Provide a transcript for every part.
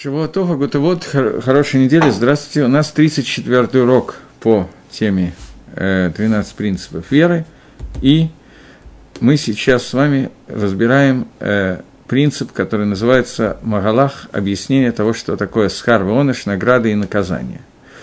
Шавуатов, Агутовод, хорошей недели, здравствуйте. У нас 34-й урок по теме 13 принципов веры, и мы сейчас с вами разбираем принцип, который называется Магалах, объяснение того, что такое схар веоныш, награды и наказания.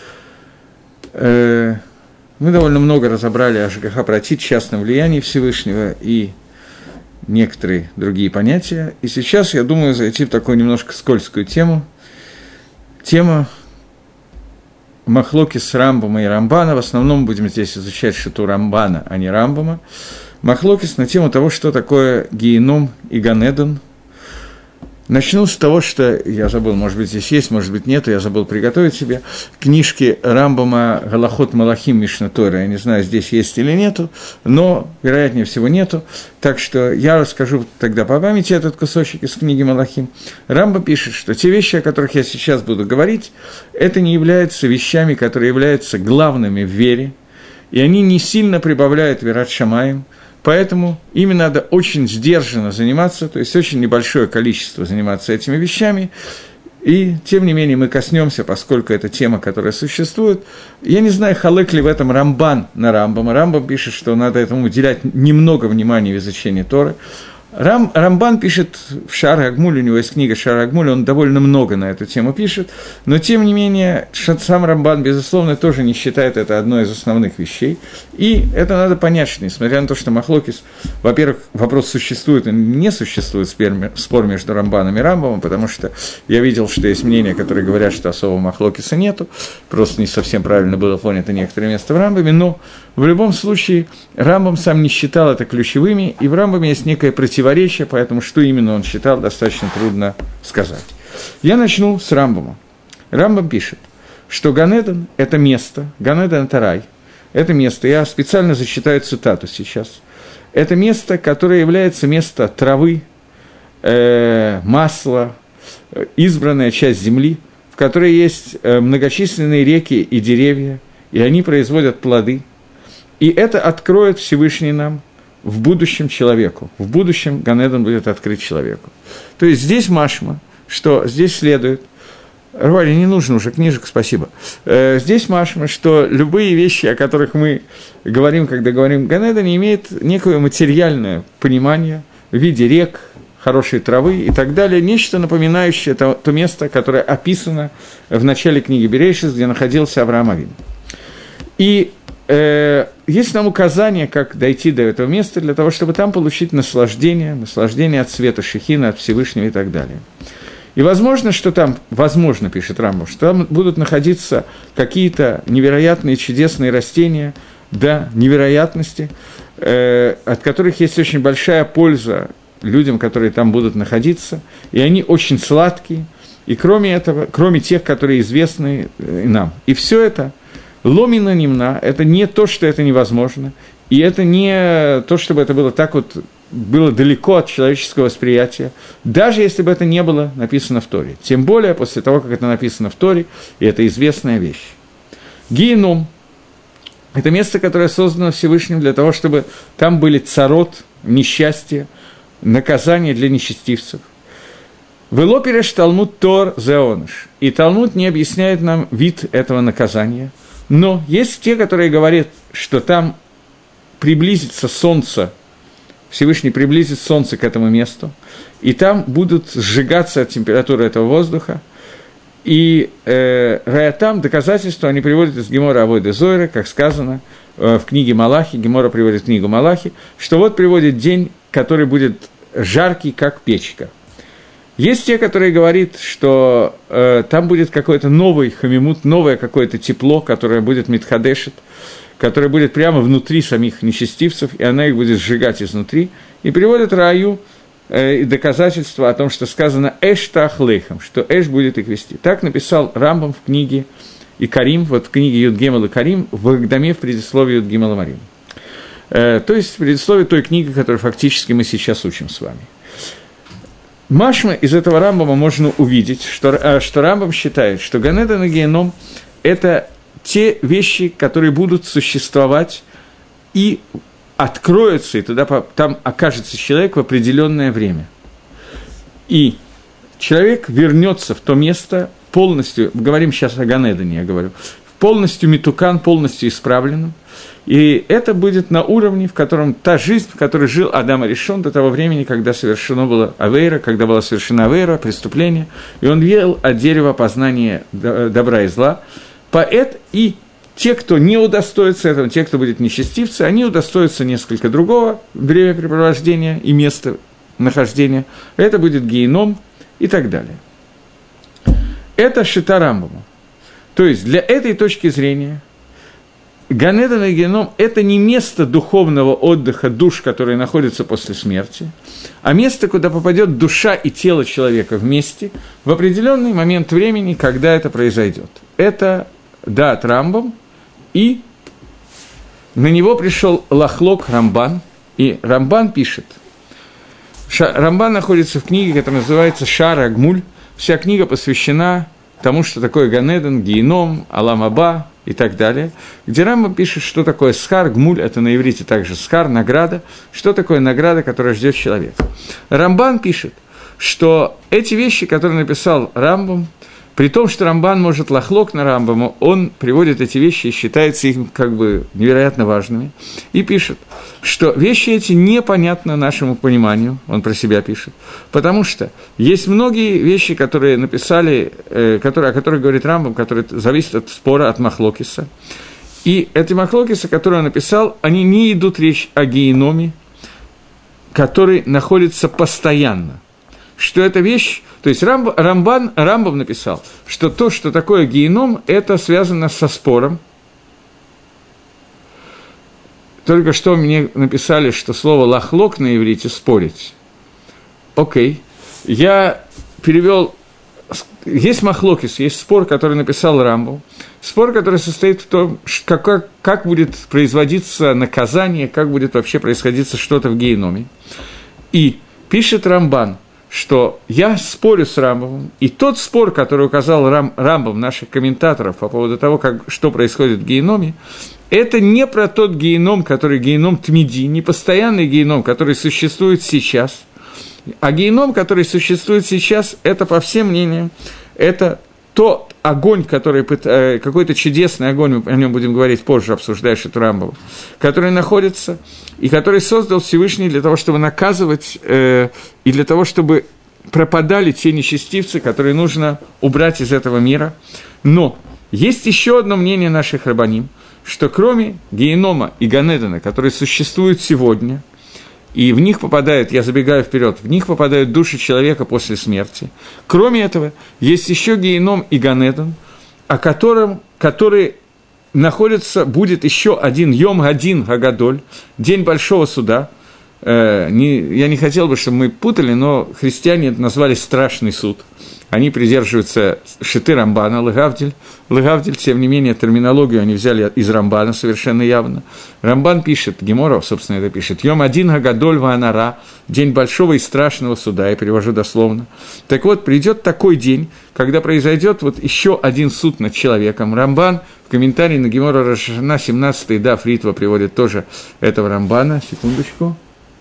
Мы довольно много разобрали о ЖКХ Пратит, частном влиянии Всевышнего и некоторые другие понятия. И сейчас я думаю зайти в такую немножко скользкую тему. Тема Махлокис Рамбама и Рамбана. В основном будем здесь изучать шиту Рамбана, а не Рамбама. Махлокис на тему того, что такое Гееном и Ганедон. Начну с того, что я забыл, может быть, здесь есть, может быть, нет, я забыл приготовить себе книжки Рамбама Галахот Малахим Мишна Тора. Я не знаю, здесь есть или нету, но, вероятнее всего, нету. Так что я расскажу тогда по памяти этот кусочек из книги Малахим. Рамбам пишет, что те вещи, о которых я сейчас буду говорить, это не являются вещами, которые являются главными в вере, и они не сильно прибавляют верат шамаим. Поэтому ими надо очень сдержанно заниматься, то есть очень небольшое количество заниматься этими вещами. И, тем не менее, мы коснемся, поскольку это тема, которая существует. Я не знаю, халек ли в этом Рамбан на Рамбама. Рамбам пишет, что надо этому уделять немного внимания в изучении Торы. Рамбан пишет в Шаар Агмуль, у него есть книга Шаар Агмуль, он довольно много на эту тему пишет, но, тем не менее, сам Рамбан, безусловно, тоже не считает это одной из основных вещей, и это надо понять, что, несмотря на то, что Махлокис, во-первых, вопрос существует или не существует, спор между Рамбаном и Рамбамом, потому что я видел, что есть мнения, которые говорят, что особого Махлокиса нету, просто не совсем правильно было понято некоторое место в Рамбаме, но в любом случае Рамбам сам не считал это ключевыми, и в Рамбаме есть некое противоречие, поэтому что именно он считал, достаточно трудно сказать. Я начну с Рамбама. Рамбам пишет, что Ганедон – это место, Ганедон – это рай, это место, я специально зачитаю цитату сейчас, это место, которое является место травы, масла, избранная часть земли, в которой есть многочисленные реки и деревья, и они производят плоды. И это откроет Всевышний нам в будущем человеку. В будущем Ганедон будет открыт человеку. То есть здесь машма, что здесь следует... Рвали, не нужно уже книжек, спасибо. Здесь машма, что любые вещи, о которых мы говорим, когда говорим о Ганедоне, имеют некое материальное понимание в виде рек, хорошей травы и так далее. Нечто напоминающее то место, которое описано в начале книги Берешит, где находился Авраам Авину. И есть нам указание, как дойти до этого места, для того, чтобы там получить наслаждение от света Шехина, от Всевышнего и так далее. И возможно, что там, пишет Рамбам, что там будут находиться какие-то невероятные, чудесные растения, до невероятности, от которых есть очень большая польза людям, которые там будут находиться, и они очень сладкие, и кроме этого, кроме тех, которые известны нам. И все это ломина немна, это не то, что это невозможно, и это не то, чтобы это было так вот, было далеко от человеческого восприятия, даже если бы это не было написано в Торе. Тем более после того, как это написано в Торе, и это известная вещь. Гееном – это место, которое создано Всевышним для того, чтобы там были царот, несчастье, наказание для нечестивцев. «Вело переш Талмуд Тор зеоныш». И Талмуд не объясняет нам вид этого наказания. Но есть те, которые говорят, что там приблизится солнце, Всевышний приблизит солнце к этому месту, и там будут сжигаться от температуры этого воздуха. И Раятам, доказательства, они приводят из Гемора Авойда Зойра, как сказано в книге Малахи, Гемора приводит книгу Малахи, что вот приводит день, который будет жаркий, как печка. Есть те, которые говорят, что там будет какой-то новый хамимут, новое какое-то тепло, которое будет митхадешет, которое будет прямо внутри самих нечестивцев, и она их будет сжигать изнутри. И приводят Раю и доказательства о том, что сказано «эш тахлейхам», что «эш» будет их вести. Так написал Рамбам в книге Икарим, вот в книге Юд-Гемел Икарим, в Агдаме в предисловии Юд-Гемел Марим. То есть в предисловии той книги, которую фактически мы сейчас учим с вами. Машма из этого Рамбама можно увидеть, что Рамбам считает, что Ганедон и Гееном – это те вещи, которые будут существовать и откроются, и туда, там окажется человек в определенное время. И человек вернется в то место полностью, говорим сейчас о Ганедане, я говорю, полностью митукан, полностью исправленным. И это будет на уровне, в котором та жизнь, в которой жил Адам Аришон до того времени, когда совершено было авейра, когда была совершена авейра, преступление, и он ел от дерева познания добра и зла. И те, кто не удостоится этого, те, кто будет нечестивцы, они удостоятся несколько другого времяпрепровождения и места нахождения. Это будет геном и так далее. Это шита Рамбама. То есть для этой точки зрения Ганеден и геном – это не место духовного отдыха душ, которые находятся после смерти, а место, куда попадет душа и тело человека вместе в определенный момент времени, когда это произойдет. Это Даат Рамбам, и на него пришел Лахлок Рамбан, и Рамбан пишет. Рамбан находится в книге, которая называется «Шар Агмуль». Вся книга посвящена тому, что такое Ганеден, геном, Алам Аба и так далее, где Рамбам пишет, что такое схар, гмуль, это на иврите также схар, награда, что такое награда, которая ждет человека. Рамбан пишет, что эти вещи, которые написал Рамбам, при том, что Рамбан может лахлок на Рамбаму, он приводит эти вещи и считается их как бы невероятно важными, и пишет, что вещи эти непонятны нашему пониманию, он про себя пишет, потому что есть многие вещи, которые написали, о которых говорит Рамбам, которые зависят от спора, от Махлокиса, и эти Махлокисы, которые он написал, они не идут речь о геноме, который находится постоянно, что эта вещь, то есть Рамбам написал, что то, что такое геном, это связано со спором. Только что мне написали, что слово «лахлок» на иврите «спорить». Окей. Я перевел. Есть махлокис, есть спор, который написал Рамбам. Спор, который состоит в том, как будет производиться наказание, как будет вообще происходить что-то в геноме. И пишет Рамбан, что я спорю с Рамбамом, и тот спор, который указал Рамбам, наших комментаторов, по поводу того, что происходит в геноме, это не про тот геном, который геном Тмиди, не постоянный геном, который существует сейчас, а геном, который существует сейчас, это, по всем мнениям, это тот огонь, который, какой-то чудесный огонь, мы о нем будем говорить позже, обсуждая эту Рамбаму, который находится, и который создал Всевышний для того, чтобы наказывать, и для того, чтобы пропадали те нечестивцы, которые нужно убрать из этого мира. Но есть еще одно мнение наших рабаним, что кроме генома и Ганедана, которые существуют сегодня, и в них попадают, я забегаю вперед, в них попадают души человека после смерти. Кроме этого, есть еще геном и Ганедан, который находится, будет еще один Йом Гадин Гагадоль, день большого суда. Я не хотел бы, чтобы мы путали, но христиане это назвали страшный суд. Они придерживаются шиты Рамбана, Легавдиль, тем не менее, терминологию они взяли из Рамбана совершенно явно. Рамбан пишет, Гемора, собственно, это пишет, «Йом один Гагадоль ваанара», день большого и страшного суда, я перевожу дословно. Так вот, придет такой день, когда произойдет вот еще один суд над человеком. Рамбан в комментарии на Гемора Рош ха-Шана, 17-й, да, Фритва приводит тоже этого Рамбана, секундочку.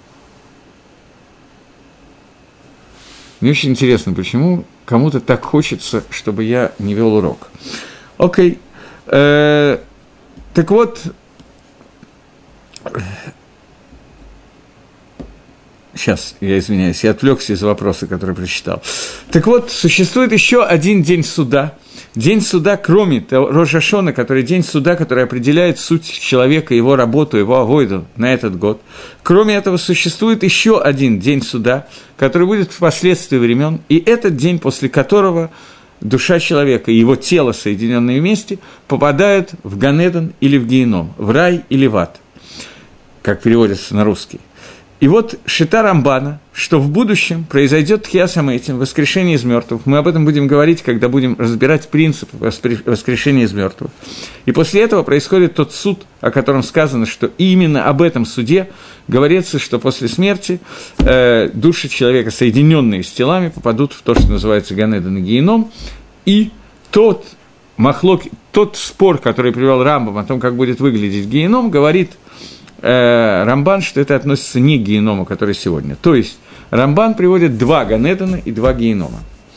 Мне очень интересно, почему кому-то так хочется, чтобы я не вел урок. Окей. Так вот, сейчас, я извиняюсь, я отвлекся из вопроса, который прочитал. Так вот, существует еще один день суда. День суда, кроме Рош ха-Шана, который день суда, который определяет суть человека, его работу, его авойду на этот год. Кроме этого, существует еще один день суда, который будет впоследствии времен, и этот день, после которого душа человека и его тело, соединенные вместе, попадают в Ганеден или в геном, в рай или в ад, как переводится на русский. И вот шита Рамбана, что в будущем произойдет тхия самейтим, воскрешение из мертвых. Мы об этом будем говорить, когда будем разбирать принцип воскрешения из мертвых. И после этого происходит тот суд, о котором сказано, что именно об этом суде говорится, что после смерти души человека, соединенные с телами, попадут в то, что называется Ганеден и геном, и тот спор, который привел Рамбам о том, как будет выглядеть геном, говорит Рамбан, что это относится не к геному, который сегодня. То есть Рамбан приводит два Ганедана и два генома.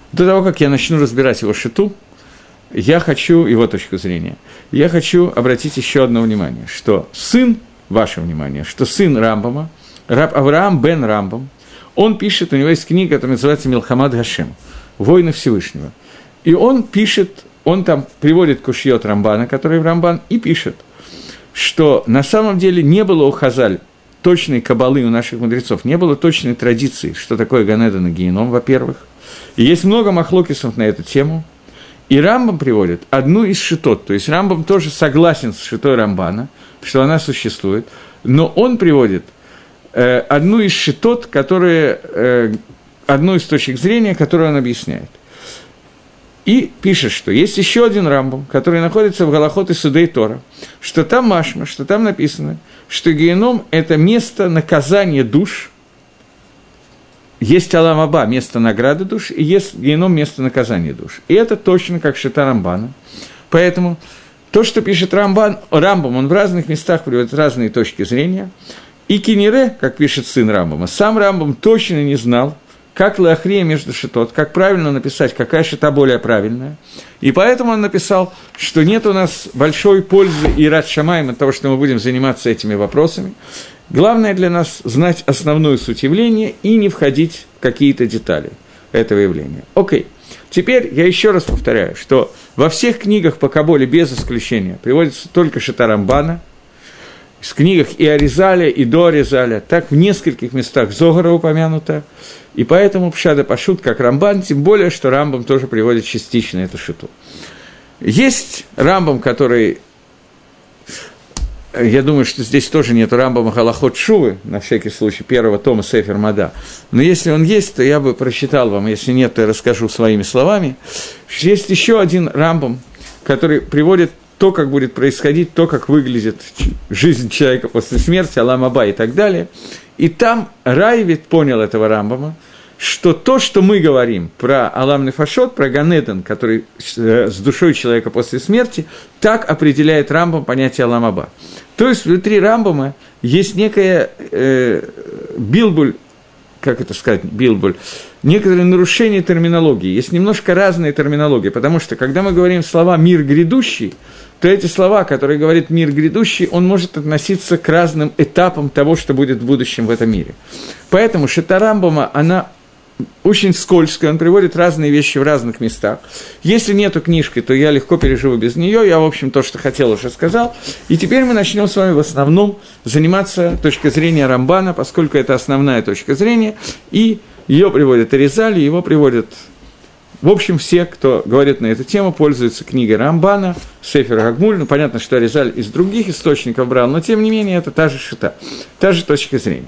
До того, как я начну разбирать его шиту, я хочу, его точку зрения, я хочу обратить еще одно внимание, что сын, ваше внимание, что сын Рамбама, раб Авраам бен Рамбам, он пишет, у него есть книга, которая называется «Милхамат Гашем», «Войны Всевышнего». И он пишет, он там приводит кушьот Рамбана, который в Рамбан, и пишет, что на самом деле не было у Хазаль точной кабалы у наших мудрецов, не было точной традиции, что такое Ганеден и Геном, во-первых. И есть много махлокисов на эту тему. И Рамбам приводит одну из шитот, то есть Рамбам тоже согласен с шитой Рамбана, что она существует, но он приводит одну из шитот, одну из точек зрения, которую он объясняет. И пишет, что есть еще один Рамбам, который находится в Галахот и Судей Тора, что там машма, что там написано, что геном – это место наказания душ, есть Алам Аба – место награды душ, и есть геном – место наказания душ. И это точно как шита Рамбана. Поэтому то, что пишет Рамбам, он в разных местах приводит разные точки зрения. И Кинере, как пишет сын Рамбама, сам Рамбам точно не знал, как леахрия между шитот, как правильно написать, какая шита более правильная. И поэтому он написал, что нет у нас большой пользы и рад шамаем от того, что мы будем заниматься этими вопросами. Главное для нас знать основную суть явления и не входить в какие-то детали этого явления. Окей. Теперь я еще раз повторяю, что во всех книгах по Каболе без исключения приводится только шита Рамбана, в книгах и Аризаля, и до Аризаля, так в нескольких местах Зогара упомянуто, и поэтому Пшада Пашут, как Рамбан, тем более, что Рамбам тоже приводит частично эту шиту. Есть Рамбам, который, я думаю, что здесь тоже нет Рамбама Галахот Шувы, на всякий случай, первого тома Сефер Мада, но если он есть, то я бы прочитал вам, если нет, то я расскажу своими словами. Есть еще один Рамбам, который приводит то, как будет происходить, то, как выглядит жизнь человека после смерти, Алам Аба и так далее. И там Райвид понял этого Рамбама, что то, что мы говорим про Алам Нефашот, про Ганеден, который с душой человека после смерти, так определяет Рамбам понятие Алам Аба. То есть внутри Рамбама есть некая билбуль, как это сказать, билбуль, некоторые нарушения терминологии. Есть немножко разные терминологии, потому что, когда мы говорим слова «мир грядущий», то эти слова, которые говорит «мир грядущий», он может относиться к разным этапам того, что будет в будущем в этом мире. Поэтому шита Рамбама, она очень скользкая, он приводит разные вещи в разных местах. Если нету книжки, то я легко переживу без нее, я, в общем, то, что хотел, уже сказал. И теперь мы начнем с вами в основном заниматься точкой зрения Рамбана, поскольку это основная точка зрения, и ее приводят Аризаль, его приводят... В общем, все, кто говорит на эту тему, пользуются книгой Рамбана, Сефер Гагмуль. Ну, понятно, что Аризаль из других источников брал, но, тем не менее, это та же шита, та же точка зрения.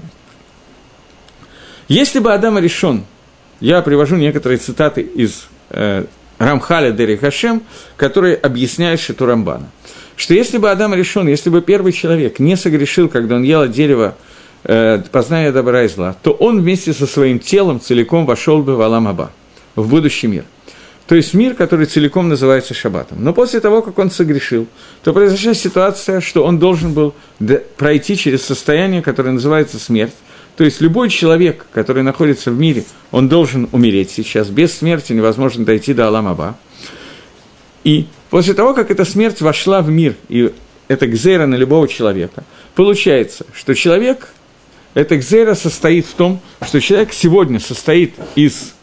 Если бы Адам Аришон, я привожу некоторые цитаты из Рамхаля Дери Хашем, которые объясняют шиту Рамбана, что если бы Адам Аришон, если бы первый человек не согрешил, когда он ел от дерева познания добра и зла, то он вместе со своим телом целиком вошел бы в Алам Аба, в будущий мир. То есть мир, который целиком называется Шаббатом. Но после того, как он согрешил, то произошла ситуация, что он должен был пройти через состояние, которое называется смерть. То есть любой человек, который находится в мире, он должен умереть сейчас. Без смерти невозможно дойти до Алам Аба. И после того, как эта смерть вошла в мир, и это гзейра на любого человека, получается, что человек, эта гзейра состоит в том, что человек сегодня состоит из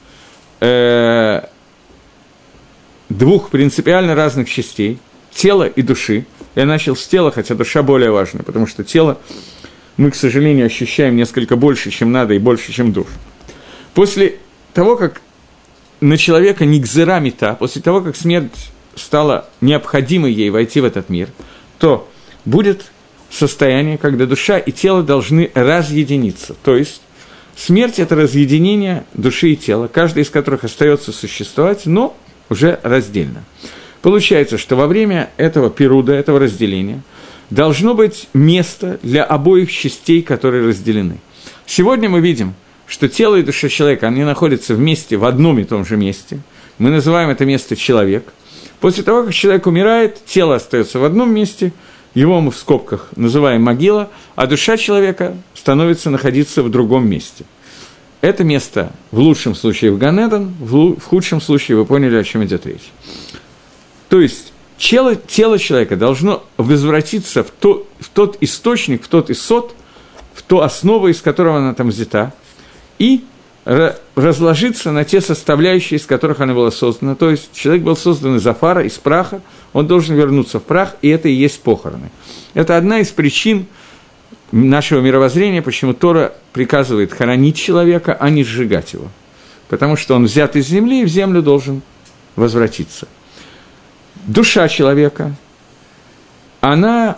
двух принципиально разных частей, тела и души. Я начал с тела, хотя душа более важна, потому что тело мы, к сожалению, ощущаем несколько больше, чем надо, и больше, чем душу. После того, как на человека не гзера мета, после того, как смерть стала необходимой ей войти в этот мир, то будет состояние, когда душа и тело должны разъединиться. То есть смерть – это разъединение души и тела, каждый из которых остается существовать, но уже раздельно. Получается, что во время этого периода, этого разделения, должно быть место для обоих частей, которые разделены. Сегодня мы видим, что тело и душа человека, они находятся вместе в одном и том же месте. Мы называем это место человек. После того, как человек умирает, тело остается в одном месте, его мы в скобках называем могила, а душа человека становится находиться в другом месте. это место в лучшем случае в Ганеден, в худшем случае вы поняли, о чем идет речь. То есть тело человека должно возвратиться в тот источник, в тот исот, в ту основу, из которого она там взята, и разложиться на те составляющие, из которых она была создана. То есть человек был создан из афара, из праха, он должен вернуться в прах, и это и есть похороны. Это одна из причин нашего мировоззрения, почему Тора приказывает хоронить человека, а не сжигать его. Потому что он взят из земли и в землю должен возвратиться. Душа человека, она,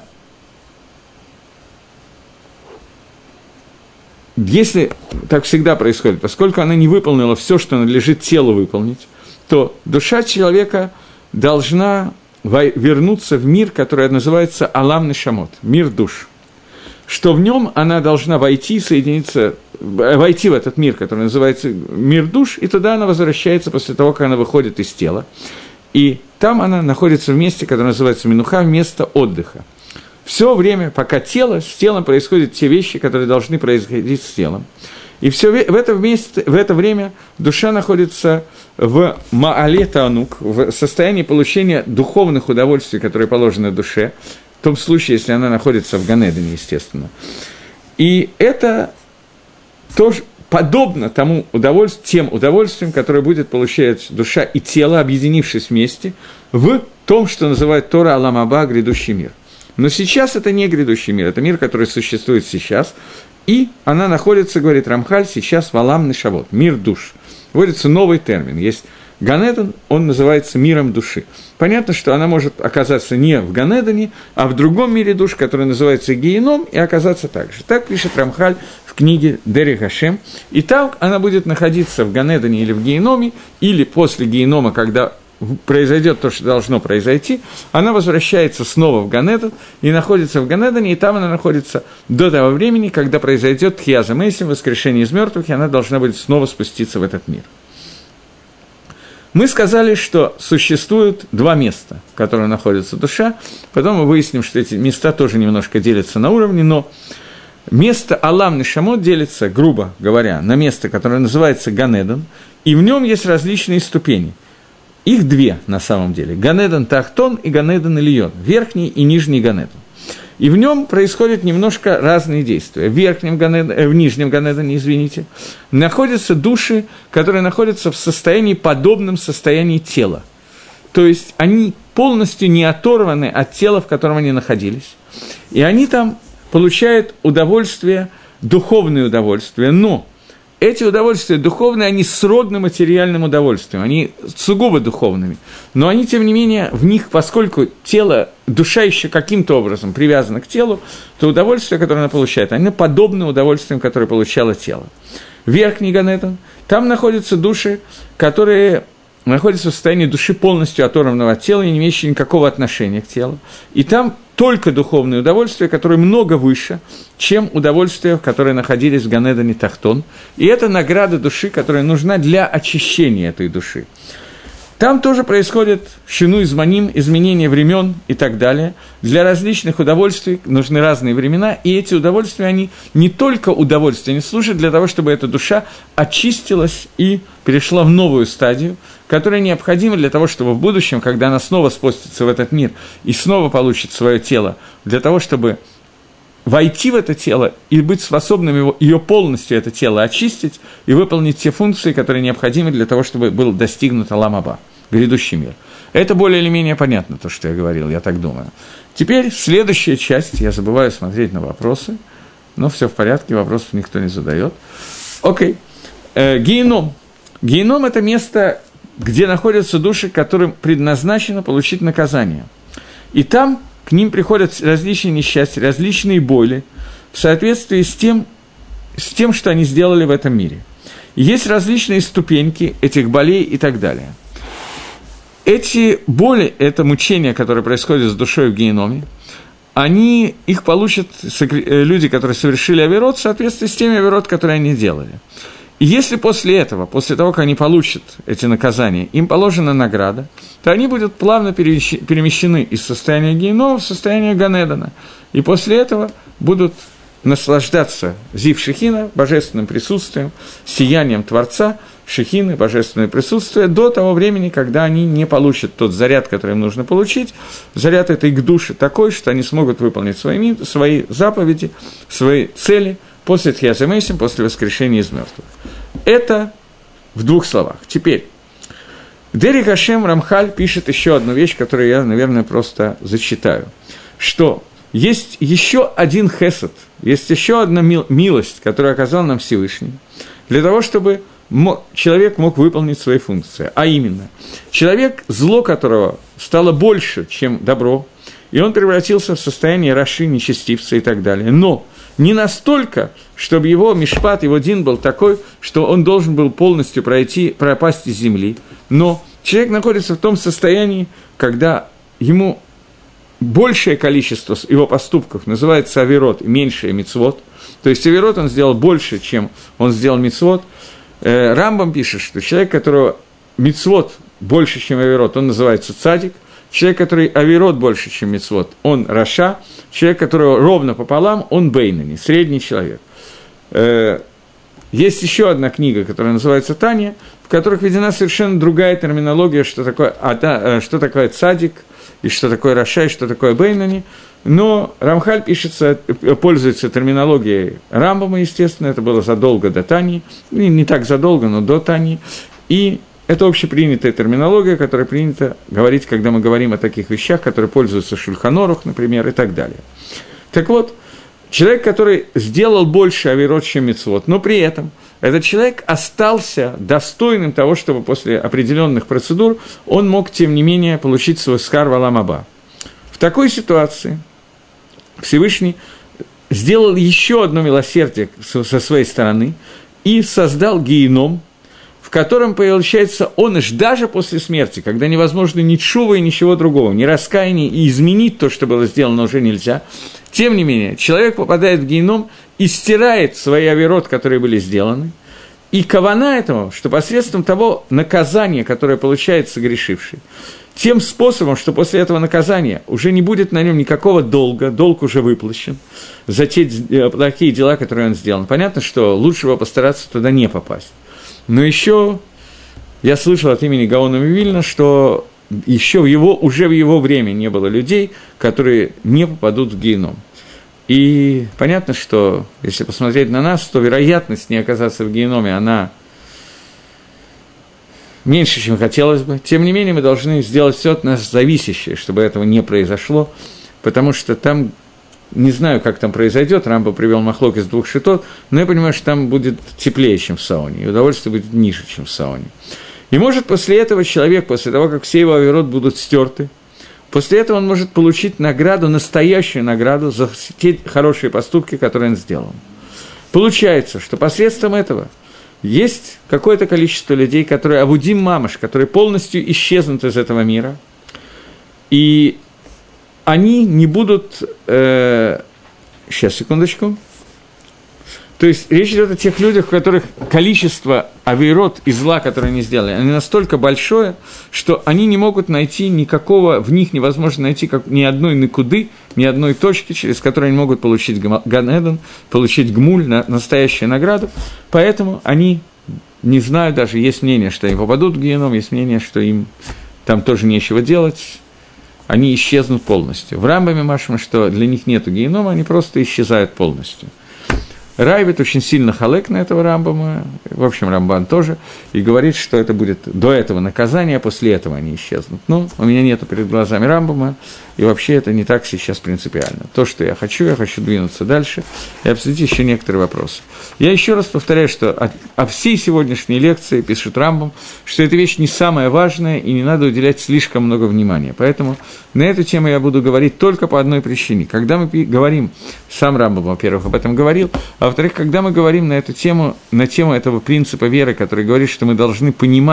если так всегда происходит, поскольку она не выполнила все, что надлежит телу выполнить, то душа человека должна вернуться в мир, который называется Алам Нешамот, мир душ. Что в нем она должна войти в этот мир, который называется мир душ, и туда она возвращается после того, как она выходит из тела. И там она находится в месте, которое называется Минуха, место отдыха. Все время, пока с телом происходят те вещи, которые должны происходить с телом. И в это время душа находится в Маале Таанук, в состоянии получения духовных удовольствий, которые положены душе, в том случае, если она находится в Ганедене, естественно. И это тоже подобно тем удовольствиям, которые будет получать душа и тело, объединившись вместе, в том, что называют Тора Алам Аба, грядущий мир. Но сейчас это не грядущий мир, это мир, который существует сейчас, и она находится, говорит Рамхаль, сейчас в Алам Нешавот, мир душ. Вводится новый термин, есть Ганеден, он называется миром души. Понятно, что она может оказаться не в Ганедене, а в другом мире душ, который называется Гееном, и оказаться так же. Так пишет Рамхаль в книге Дерих Хашем. И там она будет находиться в Ганедене или в Гееноме, или после Геенома, когда произойдет то, что должно произойти, она возвращается снова в Ганеден и находится в Ганедене, и там она находится до того времени, когда произойдет Тхиаза Мейсим, воскрешение из мертвых, и она должна будет снова спуститься в этот мир. Мы сказали, что существует два места, в которых находится душа, потом мы выясним, что эти места тоже немножко делятся на уровне, но место Алам Нешамот делится, грубо говоря, на место, которое называется Ганеден, и в нем есть различные ступени. Их две на самом деле – Ганеден Тахтон и Ганеден Ильон, верхний и нижний Ганеден. И в нем происходят немножко разные действия. В нижнем Ганедене, находятся души, которые находятся в состоянии, подобном состоянии тела. То есть они полностью не оторваны от тела, в котором они находились. И они там получают удовольствие, духовное удовольствие, но эти удовольствия духовные, они сродны материальным удовольствиям, они сугубо духовными. Но они, тем не менее, в них, поскольку тело, душа еще каким-то образом привязана к телу, то удовольствие, которое она получает, они подобны удовольствиям, которые получало тело. Верхний Ганеден, там находятся души, которые находятся в состоянии души полностью оторванного от тела и не имеющие никакого отношения к телу. И там только духовные удовольствия, которые много выше, чем удовольствия, которые находились в Ганедене Тахтон. И это награда души, которая нужна для очищения этой души. Там тоже происходит шину изманим, изменение времен и так далее. Для различных удовольствий нужны разные времена, и эти удовольствия, они не только удовольствия, они служат для того, чтобы эта душа очистилась и перешла в новую стадию, которая необходима для того, чтобы в будущем, когда она снова спустится в этот мир и снова получит свое тело, для того, чтобы войти в это тело и быть способным ее полностью, это тело, очистить и выполнить те функции, которые необходимы для того, чтобы был достигнут Алам Аба, грядущий мир. Это более или менее понятно, то, что я говорил, я так думаю. Теперь следующая часть, я забываю смотреть на вопросы, но все в порядке, вопросов никто не задает. Окей. Гееном. Гееном – это место, где находятся души, которым предназначено получить наказание. И там к ним приходят различные несчастья, различные боли в соответствии с тем, что они сделали в этом мире. И есть различные ступеньки этих болей и так далее. Эти боли, это мучения, которые происходят с душой в гееноме, их получат люди, которые совершили авирот, в соответствии с теми авирот, которые они делали. И если после этого, после того, как они получат эти наказания, им положена награда, то они будут плавно перемещены из состояния геенома в состояние Ганедена. И после этого будут наслаждаться Зив Шехина, божественным присутствием, сиянием Творца, Шехины, божественное присутствие, до того времени, когда они не получат тот заряд, который им нужно получить, заряд этой гдуши такой, что они смогут выполнить свои заповеди, свои цели после Тхияса Мейсим, после воскрешения из мертвых. Это в двух словах. Теперь, Дерек Ашем Рамхаль пишет еще одну вещь, которую я, наверное, просто зачитаю, что есть еще один хесед, есть еще одна милость, которую оказал нам Всевышний, для того, чтобы человек мог выполнить свои функции. А именно, человек, зло которого стало больше, чем добро, и он превратился в состояние раши, нечестивца и так далее. Но не настолько, чтобы его мишпат, его дин был такой, что он должен был полностью пропасть из земли. Но человек находится в том состоянии, когда ему большее количество его поступков называется авирот, меньшее мицвот. То есть авирот он сделал больше, чем он сделал мицвот. Рамбам пишет, что человек, которого мицвот больше, чем авирот, он называется цадик. Человек, который авирот больше, чем мицвот, он раша. Человек, которого ровно пополам, он бейнани, средний человек. Есть еще одна книга, которая называется «Таня», в которой введена совершенно другая терминология, что такое цадик, и что такое раша, и что такое бейнани. Но Рамхаль пользуется терминологией Рамбама, естественно, это было задолго до Тани, не так задолго, но до Тани, и это общепринятая терминология, которая принято говорить, когда мы говорим о таких вещах, которые пользуются Шульхан Орух, например, и так далее. Так вот, человек, который сделал больше авирот, чем мицвот, но при этом этот человек остался достойным того, чтобы после определенных процедур он мог, тем не менее, получить свой скар в Олам Аба. В такой ситуации Всевышний сделал еще одно милосердие со своей стороны и создал гееном, в котором получается оныш даже после смерти, когда невозможно ни тшува и ничего другого, ни раскаяния, и изменить то, что было сделано, уже нельзя. Тем не менее, человек попадает в гееном и стирает свои авирот, которые были сделаны, и кавана этого, что посредством того наказания, которое получает согрешивший, тем способом, что после этого наказания уже не будет на нем никакого долга, долг уже выплачен за те плохие дела, которые он сделал. Понятно, что лучше его постараться туда не попасть. Но еще я слышал от имени Гаона Мивильна, что еще уже в его время не было людей, которые не попадут в геном. И понятно, что если посмотреть на нас, то вероятность не оказаться в геноме, она меньше, чем хотелось бы. Тем не менее, мы должны сделать все от нас зависящее, чтобы этого не произошло, потому что там, не знаю, как там произойдет, Рамба привел махлок из 2 шитот, но я понимаю, что там будет теплее, чем в сауне, и удовольствие будет ниже, чем в сауне. И может после этого человек, после того, как все его авирот будут стерты, после этого он может получить награду, настоящую награду за те хорошие поступки, которые он сделал. Получается, что посредством этого есть какое-то количество людей, которые авудим мамаш, которые полностью исчезнут из этого мира, и они не будут... сейчас, секундочку. То есть речь идет о тех людях, у которых количество авейрот и зла, которые они сделали, они настолько большое, что они не могут найти никакого, в них невозможно найти ни одной никуды, ни одной точки, через которую они могут получить Ган-Эден, получить гмуль, настоящую награду. Поэтому они, не знаю, даже есть мнение, что им попадут в геном, есть мнение, что им там тоже нечего делать, они исчезнут полностью. В Рамбаме Машма, что для них нету генома, они просто исчезают полностью. Райбет очень сильно халек на этого Рамбама, в общем, Рамбан тоже, и говорит, что это будет до этого наказания, а после этого они исчезнут. Но у меня нету перед глазами Рамбама, и вообще это не так сейчас принципиально. То, что я хочу двинуться дальше и обсудить еще некоторые вопросы. Я еще раз повторяю, что о всей сегодняшней лекции пишет Рамбам, что эта вещь не самая важная, и не надо уделять слишком много внимания. Поэтому на эту тему я буду говорить только по одной причине. Когда мы говорим, сам Рамбам, во-первых, об этом говорил, а во-вторых, когда мы говорим на эту тему, на тему этого принципа веры, который говорит, что мы должны понимать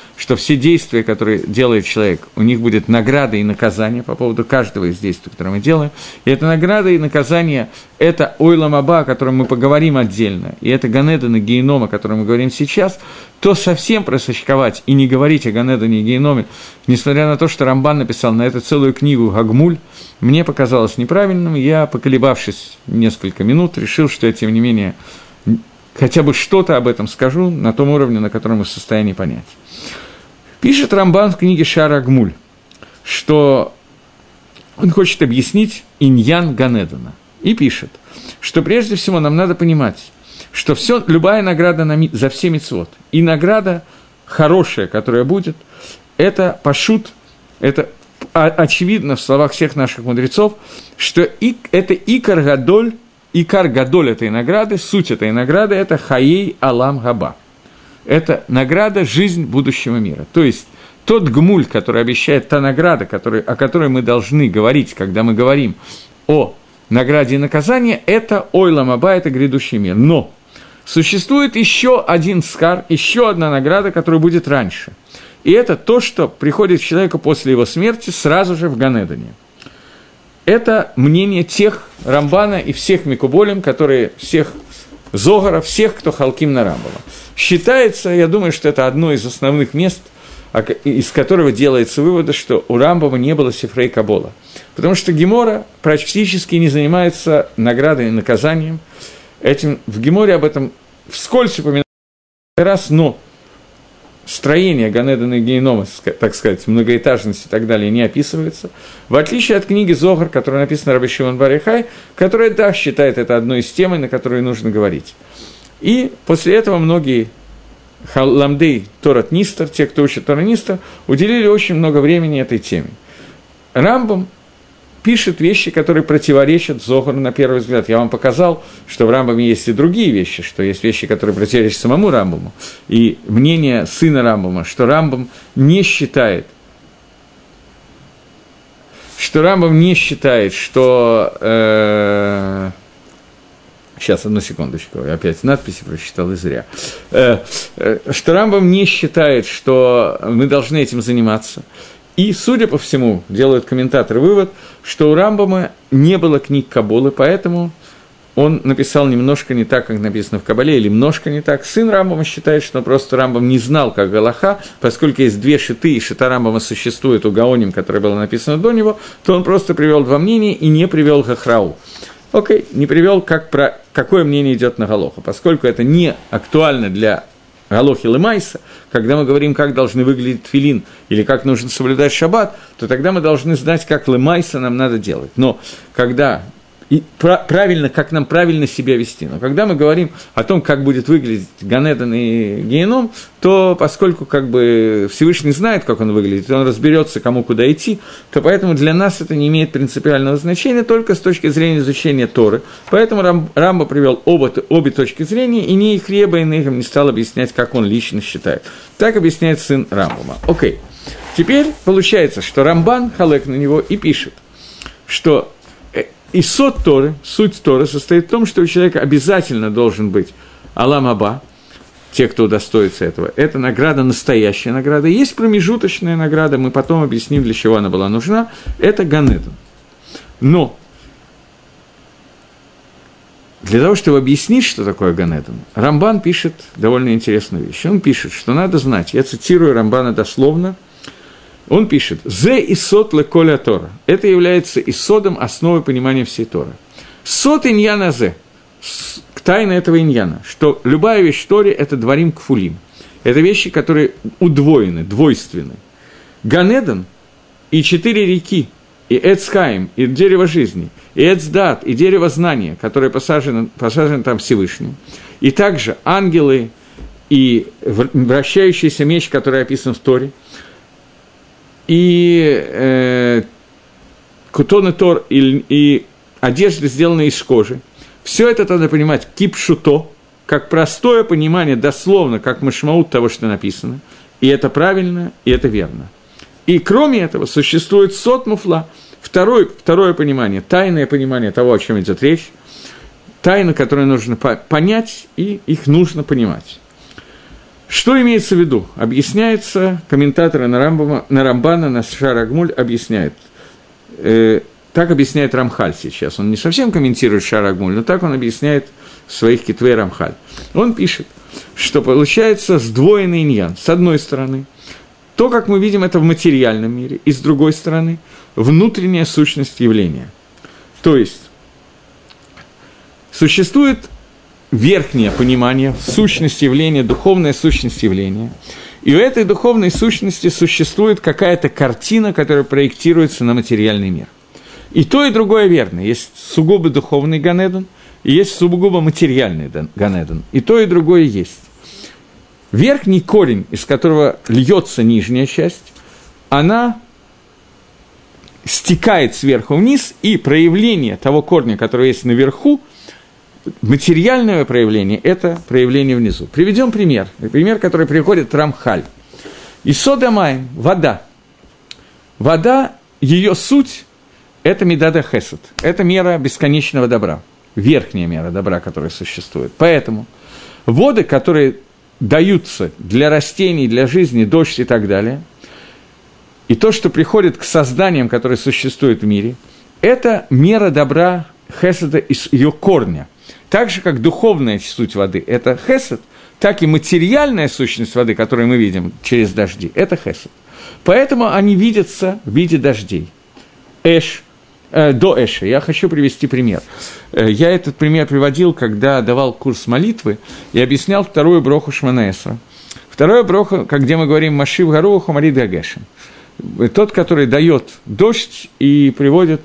что все действия, которые делает человек, у них будет награда и наказание по поводу каждого из действий, которые мы делаем. И эта награда и наказание – это Ойлам Аба, о котором мы поговорим отдельно, и это Ганеден и Гееном, о котором мы говорим сейчас, то совсем просочковать и не говорить о Ганедене и Гееноме, несмотря на то, что Рамбан написал на это целую книгу «Гагмуль», мне показалось неправильным. Я, поколебавшись несколько минут, решил, что я, тем не менее, хотя бы что-то об этом скажу на том уровне, на котором мы в состоянии понять. Пишет Рамбан в книге «Шар Агмуль», что он хочет объяснить иньян Ганедена. И пишет, что прежде всего нам надо понимать, что любая награда за все мицвот, и награда хорошая, которая будет, это пашут, это очевидно в словах всех наших мудрецов, что это икар гадоль этой награды, суть этой награды – это хаей алам габа. Это награда «Жизнь будущего мира». То есть тот гмуль, который обещает, та награда, о которой мы должны говорить, когда мы говорим о награде и наказании, это ойлам аба, это грядущий мир. Но существует еще один скар, еще одна награда, которая будет раньше. И это то, что приходит к человеку после его смерти сразу же в Ганедане. Это мнение тех Рамбана и всех Микуболим, всех Зогаров, всех, кто халким на Рамбама. Считается, я думаю, что это одно из основных мест, из которого делается вывод, что у Рамбама не было сифрей Кабола. Потому что Гемора практически не занимается наградой и наказанием. В Геморе об этом вскользь упоминается раз, но строение Ганедена и Геенома, так сказать, многоэтажность и так далее не описывается, в отличие от книги Зогар, которая написана Раби Шимон бар Йохай, которая, да, считает это одной из тем, на которые нужно говорить. И после этого многие ламдей Торат Нистер, те, кто учит Торат Нистер, уделили очень много времени этой теме. Рамбам пишет вещи, которые противоречат Зогару на первый взгляд. Я вам показал, что в Рамбаме есть и другие вещи, что есть вещи, которые противоречат самому Рамбаму. И мнение сына Рамбама, что Рамбам не считает, что сейчас, одну секундочку, я опять надписи прочитал и зря. Что Рамбам не считает, что мы должны этим заниматься. И, судя по всему, делают комментаторы вывод, что у Рамбама не было книг Каббалы, поэтому он написал немножко не так, как написано в Каббале, или немножко не так. Сын Рамбама считает, что просто Рамбам не знал, как галаха, поскольку есть две шиты, и шита Рамбама существует у Гаоним, которая была написана до него, то он просто привел два мнения и не привел Хахрау. Окей, не привел, какое мнение идет на галоху, поскольку это не актуально для галохи лемайса, когда мы говорим, как должны выглядеть тфилин или как нужно соблюдать шаббат, то тогда мы должны знать, как лемайса нам надо делать. Но когда правильно, как нам правильно себя вести. Но когда мы говорим о том, как будет выглядеть Ганеден и Гееном, то поскольку Всевышний знает, как он выглядит, и он разберется, кому куда идти, то поэтому для нас это не имеет принципиального значения только с точки зрения изучения Торы. Поэтому Рамба привел обе точки зрения, и ни их Реба, и Нейхам не стал объяснять, как он лично считает. Так объясняет сын Рамбама. Окей. Теперь получается, что Рамбан халек на него и пишет, что и суть Торы состоит в том, что у человека обязательно должен быть Алам Аба, те, кто удостоится этого. Это награда, настоящая награда. Есть промежуточная награда, мы потом объясним, для чего она была нужна. Это Ганеден. Но для того, чтобы объяснить, что такое Ганеден, Рамбан пишет довольно интересную вещь. Он пишет, что надо знать, я цитирую Рамбана дословно, он пишет: «Зе исот леколя Тора». Это является исодом, основой понимания всей Торы. Сот иньяна зе. Тайна этого иньяна, что любая вещь в Торе – это дворим кфулим. Это вещи, которые удвоены, двойственны. Ганеден и 4 реки, и Эцхаим, и дерево жизни, и Эцдат, и дерево знания, которое посажено там Всевышним, и также ангелы и вращающийся меч, который описан в Торе, и кутоны Тор, и одежды, сделанные из кожи. Все это надо понимать кипшуто, как простое понимание, дословно, как машмаут того, что написано. И это правильно, и это верно. И кроме этого существует сот муфла, второе понимание, тайное понимание того, о чем идет речь, тайны, которые нужно понять, и их нужно понимать. Что имеется в виду? Объясняется, комментаторы на Рамбана, на Шаар Агмуль объясняют. Так объясняет Рамхаль сейчас. Он не совсем комментирует Шаар Агмуль, но так он объясняет в своих Китвей Рамхаль. Он пишет, что получается сдвоенный иньян. С одной стороны, то, как мы видим это в материальном мире, и с другой стороны, внутренняя сущность явления. То есть, существует верхнее понимание, сущность явления, духовная сущность явления. И у этой духовной сущности существует какая-то картина, которая проектируется на материальный мир. И то, и другое верно. Есть сугубо духовный Ганедон, и есть сугубо материальный Ганедон. И то, и другое есть. Верхний корень, из которого льется нижняя часть, она стекает сверху вниз, и проявление того корня, который есть наверху, материальное проявление – это проявление внизу. Приведем пример. Пример, который приходит Рамхаль. Исод амаим – вода. Вода, ее суть – это мидада хесед. Это мера бесконечного добра. Верхняя мера добра, которая существует. Поэтому воды, которые даются для растений, для жизни, дождь и так далее, и то, что приходит к созданиям, которые существуют в мире, это мера добра хеседа из ее корня. Так же, как духовная суть воды – это хесед, так и материальная сущность воды, которую мы видим через дожди – это хесед. Поэтому они видятся в виде дождей. До Эша. Я хочу привести пример. Я этот пример приводил, когда давал курс молитвы и объяснял вторую броху Шмона Эсра. Вторая броха, где мы говорим «Машив гаруху марид гагешем». Тот, который дает дождь и приводит,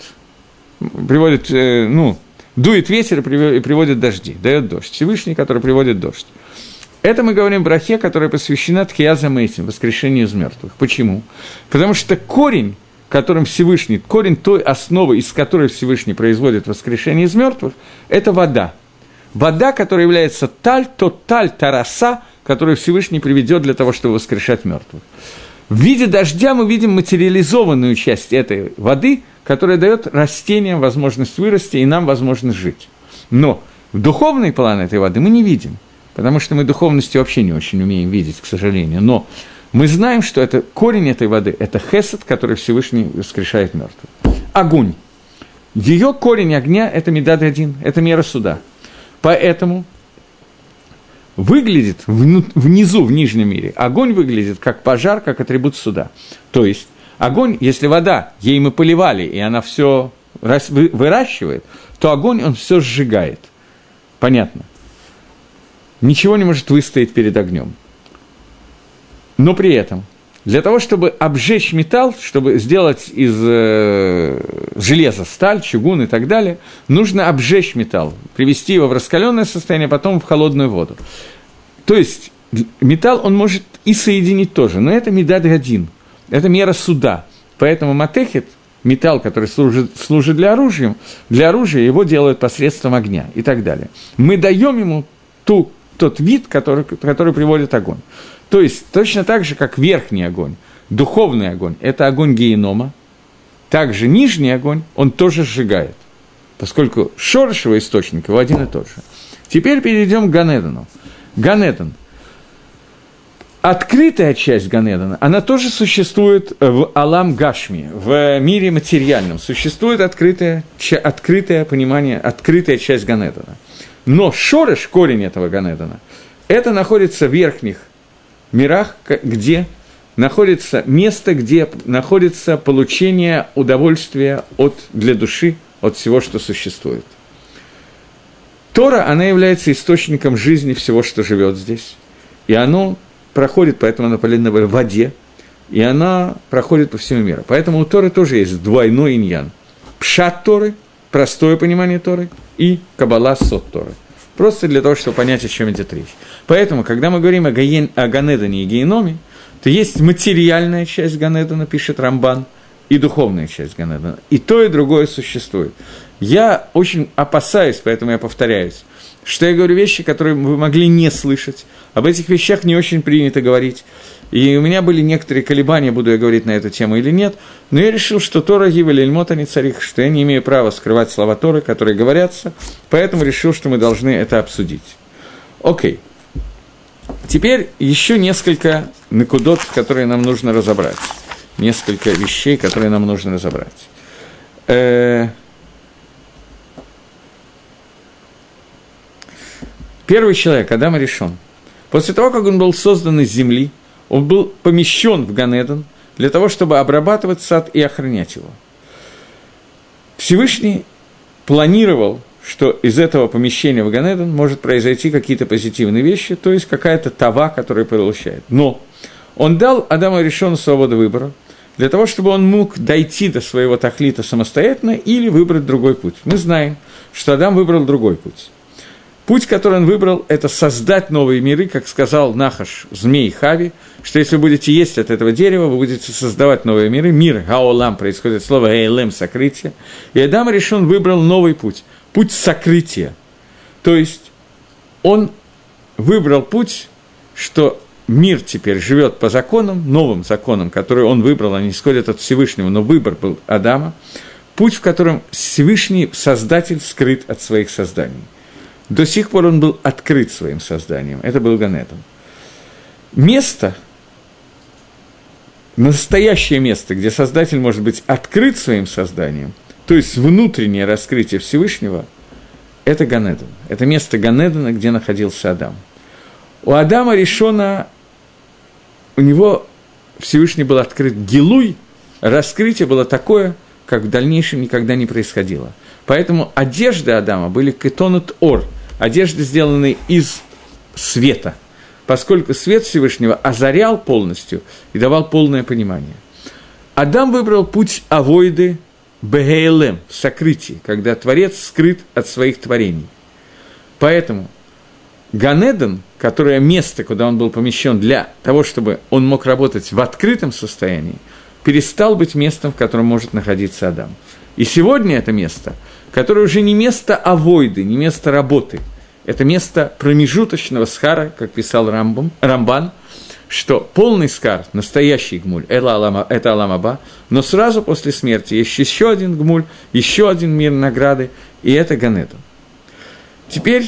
дует ветер и приводит дожди, дает дождь. Всевышний, который приводит дождь. Это мы говорим в брахе, которая посвящена Тхия Мейтим, воскрешению из мертвых. Почему? Потому что корень, которым Всевышний, корень той основы, из которой Всевышний производит воскрешение из мертвых, это вода. Вода, которая является таль, тот таль, тараса, которую Всевышний приведет для того, чтобы воскрешать мертвых. В виде дождя мы видим материализованную часть этой воды, которая дает растениям возможность вырасти и нам возможность жить. Но в духовный план этой воды мы не видим, потому что мы духовности вообще не очень умеем видеть, к сожалению. Но мы знаем, что это корень этой воды – это хесед, который Всевышний воскрешает мертвых. Огонь. Ее корень огня – это мидад один, это мера суда. Поэтому выглядит внизу, в нижнем мире, огонь выглядит как пожар, как атрибут суда. То есть огонь, если вода, ей мы поливали, и она все выращивает, то огонь, он все сжигает. Понятно? Ничего не может выстоять перед огнем. Но при этом, для того, чтобы обжечь металл, чтобы сделать из железа сталь, чугун и так далее, нужно обжечь металл, привести его в раскаленное состояние, потом в холодную воду. То есть металл он может и соединить тоже, но это мидад гадин, это мера суда. Поэтому матехет, металл, который служит для оружия его делают посредством огня и так далее. Мы даем ему тот вид, который приводит огонь. То есть, точно так же, как верхний огонь, духовный огонь – это огонь геенома, также нижний огонь, он тоже сжигает, поскольку шореш его источник его один и тот же. Теперь перейдем к Ганедону. Ганедон. Открытая часть Ганедона, она тоже существует в Алам Гашми, в мире материальном. Существует открытое понимание, открытая часть Ганедона. Но шореш, корень этого Ганедона, это находится в верхних мирах, где находится место, где находится получение удовольствия для души, от всего, что существует. Тора, она является источником жизни всего, что живет здесь. И оно проходит, поэтому она полезна в воде, и она проходит по всему миру. Поэтому у Торы тоже есть двойной иньян. Пшат Торы, простое понимание Торы, и Каббала Сот Торы. Просто для того, чтобы понять, о чем идет речь. Поэтому, когда мы говорим о Ганедоне и Гееноме, то есть материальная часть Ганедона, пишет Рамбан, и духовная часть Ганедона. И то, и другое существует. Я очень опасаюсь, поэтому я повторяюсь, что я говорю вещи, которые вы могли не слышать. Об этих вещах не очень принято говорить. И у меня были некоторые колебания, буду я говорить на эту тему или нет, но я решил, что Тора гива лильмот а не царих, что я не имею права скрывать слова Торы, которые говорятся, поэтому решил, что мы должны это обсудить. Окей. Теперь еще несколько накудот, которые нам нужно разобрать. Несколько вещей, которые нам нужно разобрать. Первый человек, Адам Аришон, после того, как он был создан из земли, он был помещен в Ган-Эден для того, чтобы обрабатывать сад и охранять его. Всевышний планировал, что из этого помещения в Ган-Эден может произойти какие-то позитивные вещи, то есть какая-то тава, которая получает. Но он дал Адаму Аришону свободу выбора, для того, чтобы он мог дойти до своего тахлита самостоятельно или выбрать другой путь. Мы знаем, что Адам выбрал другой путь. Путь, который он выбрал, это создать новые миры, как сказал Нахаш, змей Хави, что если вы будете есть от этого дерева, вы будете создавать новые миры. Мир Гаолам происходит от слова Эйлем – сокрытие. И Адам Аришон выбрал новый путь – путь сокрытия. То есть он выбрал путь, что мир теперь живет по законам, новым законам, которые он выбрал, они исходят от Всевышнего, но выбор был Адама, путь, в котором Всевышний Создатель скрыт от своих созданий. До сих пор он был открыт своим созданием. Это был Ган-Эден. Место, настоящее место, где Создатель может быть открыт своим созданием, то есть внутреннее раскрытие Всевышнего, это Ган-Эден. Это место Ган-Эдена, где находился Адам. У Адама Ришона, у него Всевышний был открыт гилуй, раскрытие было такое, как в дальнейшем никогда не происходило. Поэтому одежды Адама были кетонут ор, одежды, сделанные из света, поскольку свет Всевышнего озарял полностью и давал полное понимание. Адам выбрал путь авойды бегейлем, в сокрытии, когда Творец скрыт от своих творений. Поэтому Ган-Эден, которое место, куда он был помещен для того, чтобы он мог работать в открытом состоянии, перестал быть местом, в котором может находиться Адам. И сегодня это место, которое уже не место авойды, не место работы, это место промежуточного схара, как писал Рамбан, что полный схар, настоящий гмуль, это Алам Аба, но сразу после смерти есть еще один гмуль, еще один мир награды, и это Ган-Эден. Теперь,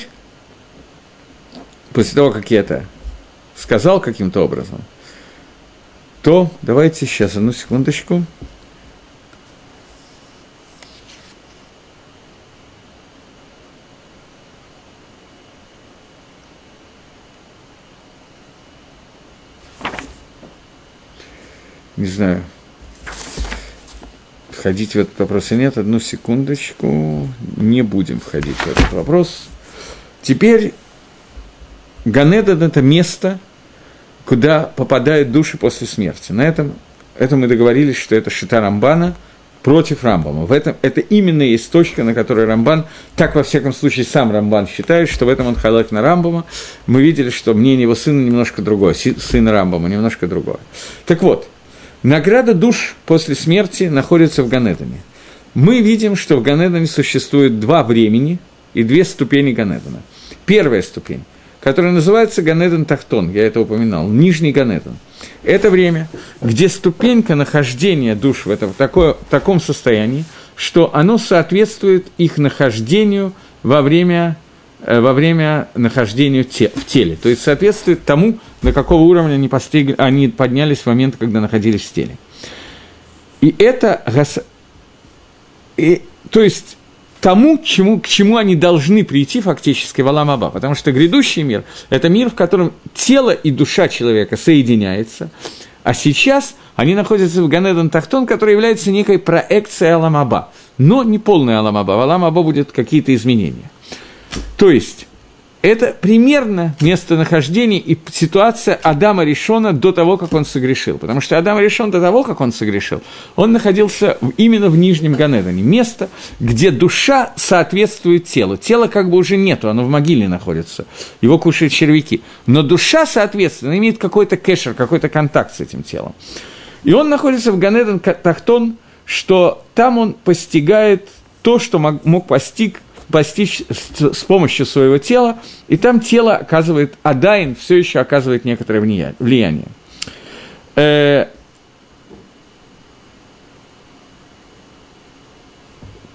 после того, как я это сказал каким-то образом, то давайте сейчас, одну секундочку. Не знаю, входить в этот вопрос или нет, одну секундочку, не будем входить в этот вопрос. Теперь Ган-Эден – это место, куда попадают души после смерти. На этом мы договорились, что это Шита Рамбана против Рамбама. Это именно есть точка, на которой Рамбан, так во всяком случае сам Рамбан считает, что в этом он халак на Рамбама. Мы видели, что мнение его сына немножко другое, сына Рамбама немножко другое. Так вот, награда душ после смерти находится в Ган-Эдене. Мы видим, что в Ган-Эдене существует два времени и две ступени Ган-Эдена. Первая ступень, которая называется Ган-Эден Тахтон, я это упоминал, нижний Ган-Эден. Это время, где ступенька нахождения душ в таком состоянии, что оно соответствует их нахождению во время нахождения в теле. То есть соответствует тому, до какого уровня они поднялись в момент, когда находились в теле. И это, то есть тому, к чему они должны прийти фактически в Алам Аба, потому что грядущий мир – это мир, в котором тело и душа человека соединяются, а сейчас они находятся в Ган-Эден Тахтон, который является некой проекцией Алам Аба, но не полный Алам Аба, в Алам Аба будут какие-то изменения. То есть это примерно местонахождение и ситуация Адама Ришона до того, как он согрешил. Потому что Адам Ришон до того, как он согрешил, он находился именно в Нижнем Ган-Эдене. Место, где душа соответствует телу. Тело как бы уже нету, оно в могиле находится. Его кушают червяки. Но душа, соответственно, имеет какой-то кэшер, какой-то контакт с этим телом. И он находится в Ган-Эден Тахтон, что там он постигает то, что мог постичь с помощью своего тела, и там тело оказывает, Адайн все еще оказывает некоторое влияние.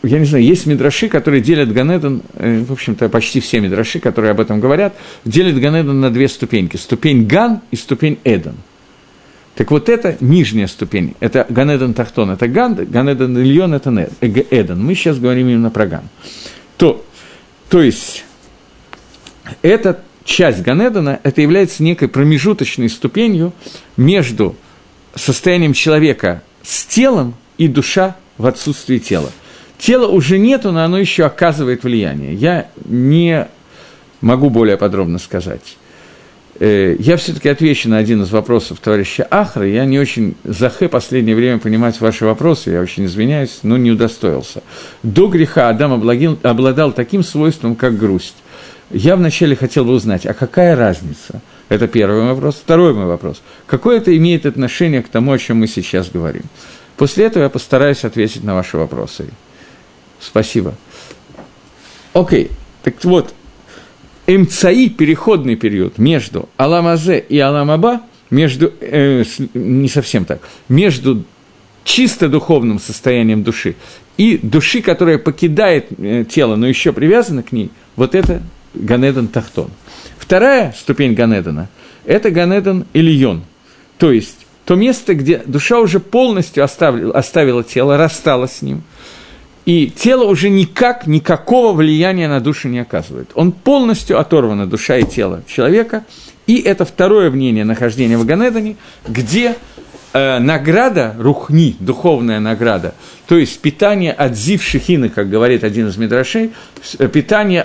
я не знаю, есть мидраши, которые делят Ганеден, в общем-то, почти все мидраши, которые об этом говорят, делят Ганеден на две ступеньки. Ступень Ган и ступень Эден. Так вот, это нижняя ступень, это Ганеден Тахтон, это Ган, Ганеден Ильон, это Эден. Мы сейчас говорим именно про Ган. То есть, эта часть Ганедена, это является некой промежуточной ступенью между состоянием человека с телом и душа в отсутствии тела. Тела уже нету, но оно еще оказывает влияние. Я не могу более подробно сказать. Я все-таки отвечу на один из вопросов товарища Ахра. Я не очень захэ последнее время понимать ваши вопросы, я очень извиняюсь, но не удостоился. До греха Адам обладал таким свойством, как грусть. Я вначале хотел бы узнать, а какая разница? Это первый вопрос. Второй мой вопрос. Какое это имеет отношение к тому, о чем мы сейчас говорим? После этого я постараюсь ответить на ваши вопросы. Спасибо. Окей, так вот. Эмцаи, переходный период между Алам-Азе и Алам-Аба, между, не совсем так, между чисто духовным состоянием души и души, которая покидает тело, но еще привязана к ней, вот это Ганеден Тахтон. Вторая ступень Ганедена – это Ганеден Ильон, то есть то место, где душа уже полностью оставила тело, рассталась с ним, и тело уже никакого влияния на душу не оказывает. Он полностью оторван, душа и тело человека. И это второе мнение нахождения в Ганедане, где награда, рухни, духовная награда, то есть питание от зив шехины, как говорит один из мидрашей, питание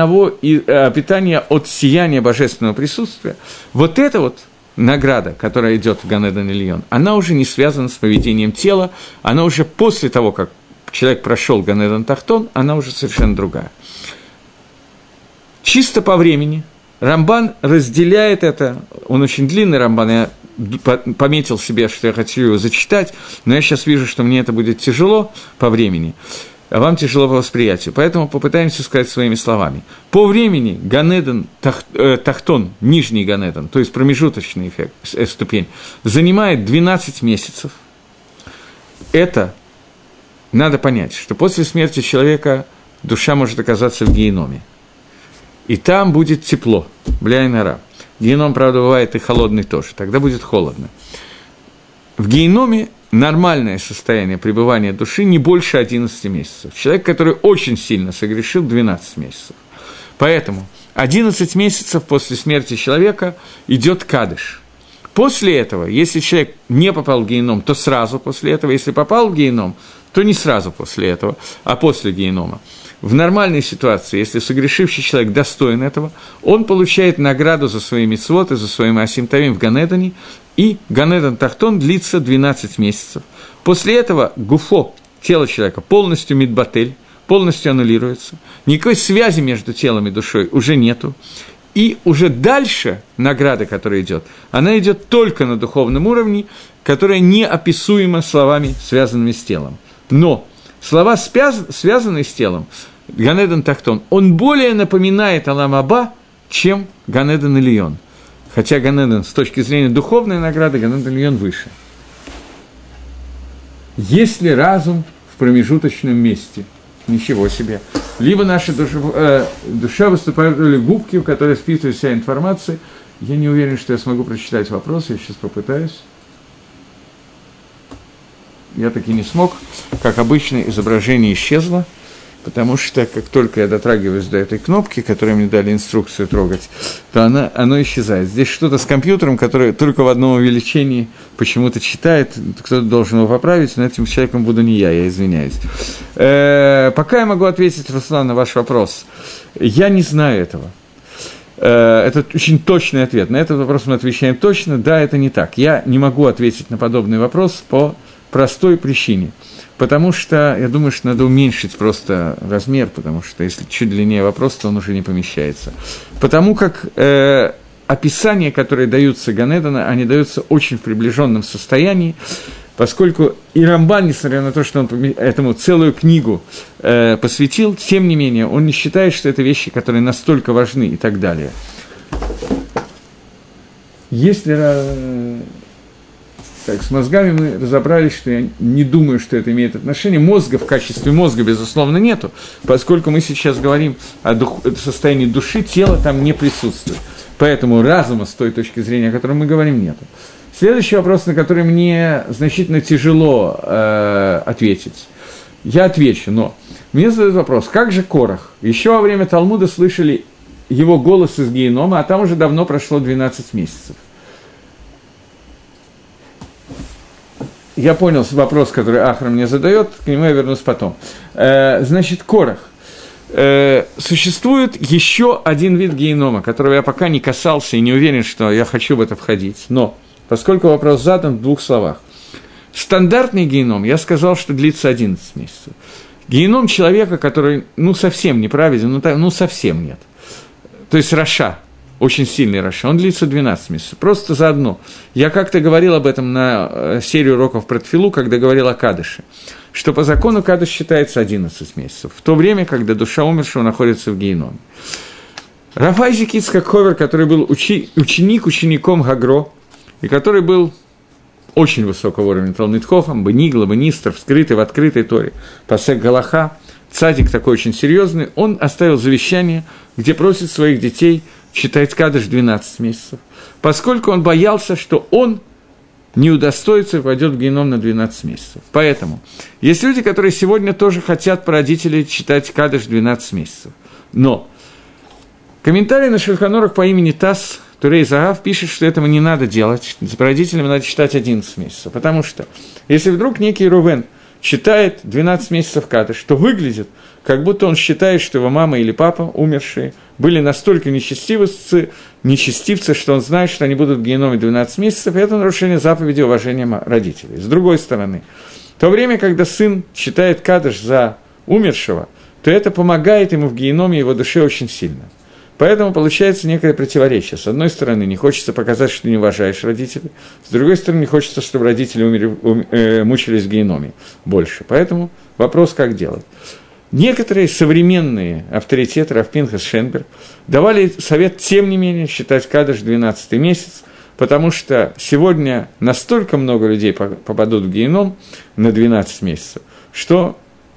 от сияния божественного присутствия, вот эта вот награда, которая идет в Ганеден Ильон, она уже не связана с поведением тела, она уже после того, как человек прошел Ганеден Тахтон, она уже совершенно другая. Чисто по времени Рамбан разделяет это, он очень длинный Рамбан, я пометил себе, что я хочу его зачитать, но я сейчас вижу, что мне это будет тяжело по времени, а вам тяжело по восприятию, поэтому попытаемся сказать своими словами. По времени Ганеден Тахтон, нижний Ганеден, то есть промежуточный ступень, занимает 12 месяцев. Это надо понять, что после смерти человека душа может оказаться в геноме. И там будет тепло, бля-ин-ара. Геном, правда, бывает и холодный тоже, тогда будет холодно. В геноме нормальное состояние пребывания души не больше 11 месяцев. Человек, который очень сильно согрешил, 12 месяцев. Поэтому 11 месяцев после смерти человека идет кадыш. После этого, если человек не попал в геном, то сразу после этого, если попал в геном, то не сразу после этого, а после генома. В нормальной ситуации, если согрешивший человек достоин этого, он получает награду за свои мицвот и за свои маасим тавим в Ганедане, и Ганеден Тахтон длится 12 месяцев. После этого гуфо, тело человека, полностью мидбатель, полностью аннулируется, никакой связи между телом и душой уже нету, и уже дальше награда, которая идет, она идет только на духовном уровне, которая неописуема словами, связанными с телом. Но слова, связанные с телом, Ганеден Тахтон, он более напоминает Алам Аба, чем Ганеден Ильон. Хотя Ганеден, с точки зрения духовной награды, Ганеден Ильон выше. Есть ли разум в промежуточном месте? Ничего себе. Либо наша душа выступает в роли губки, в которой впитывает вся информация. Я не уверен, что я смогу прочитать вопрос, я сейчас попытаюсь. Я таки не смог. Как обычно, изображение исчезло, потому что как только я дотрагиваюсь до этой кнопки, которой мне дали инструкцию трогать, то оно исчезает. Здесь что-то с компьютером, который только в одном увеличении почему-то читает, кто-то должен его поправить, но этим человеком буду не я извиняюсь. Пока я могу ответить, Руслан, на ваш вопрос. Я не знаю этого. Это очень точный ответ. На этот вопрос мы отвечаем точно. Да, это не так. Я не могу ответить на подобный вопрос по простой причине. Потому что, я думаю, что надо уменьшить просто размер, потому что если чуть длиннее вопрос, то он уже не помещается. Потому как описания, которые даются Ганедана, они даются очень в приближенном состоянии, поскольку и Рамбан, несмотря на то, что он этому целую книгу посвятил, тем не менее, он не считает, что это вещи, которые настолько важны и так далее. Если Так, с мозгами мы разобрались, что я не думаю, что это имеет отношение. Мозга в качестве мозга, безусловно, нету, поскольку мы сейчас говорим о состоянии души, тело там не присутствует. Поэтому разума, с той точки зрения, о которой мы говорим, нету. Следующий вопрос, на который мне значительно тяжело ответить. Я отвечу, но мне задают вопрос, как же Корах? Еще во время Талмуда слышали его голос из генома, а там уже давно прошло 12 месяцев. Я понял вопрос, который Ахра мне задает, к нему я вернусь потом. Значит, Корах. Существует еще один вид генома, которого я пока не касался и не уверен, что я хочу в это входить. Но, поскольку вопрос задан в двух словах. Стандартный геном, я сказал, что длится 11 месяцев. Геном человека, который, совсем неправеден, совсем нет. То есть Раша, очень сильный Раша, он длится 12 месяцев. Просто заодно. Я как-то говорил об этом на серии уроков про Тфилу, когда говорил о Кадыше, что по закону Кадыш считается 11 месяцев, в то время, когда душа умершего находится в геноме. Рав Айзек Ицхак Ховер, который был учеником Гагро, и который был очень высокого уровня Талмид Хохам, Бенигла, Бенистр, вскрытый в открытой Торе, Пасек Галаха, цадик такой очень серьезный, он оставил завещание, где просит своих детей читать Кадыш 12 месяцев, поскольку он боялся, что он не удостоится и пойдет в геном на 12 месяцев. Поэтому есть люди, которые сегодня тоже хотят про родителей читать Кадыш 12 месяцев. Но комментарий на Шульхан Арух по имени Тас Турей Загав пишет, что этого не надо делать, с родителями надо читать 11 месяцев, потому что если вдруг некий Рувен читает 12 месяцев Кадыш, то выглядит, как будто он считает, что его мама или папа, умершие, были настолько нечестивцы, что он знает, что они будут в геноме 12 месяцев, и это нарушение заповеди уважения родителей. С другой стороны, в то время, когда сын читает Кадыш за умершего, то это помогает ему в геноме его душе очень сильно. Поэтому получается некое противоречие. С одной стороны, не хочется показать, что ты не уважаешь родителей, с другой стороны, не хочется, чтобы родители мучились в геноме больше. Поэтому вопрос, как делать. Некоторые современные авторитеты, Рав Пинхас Шенберг, давали совет, тем не менее, считать Кадыш 12-й месяц, потому что сегодня настолько много людей попадут в геном на 12 месяцев, что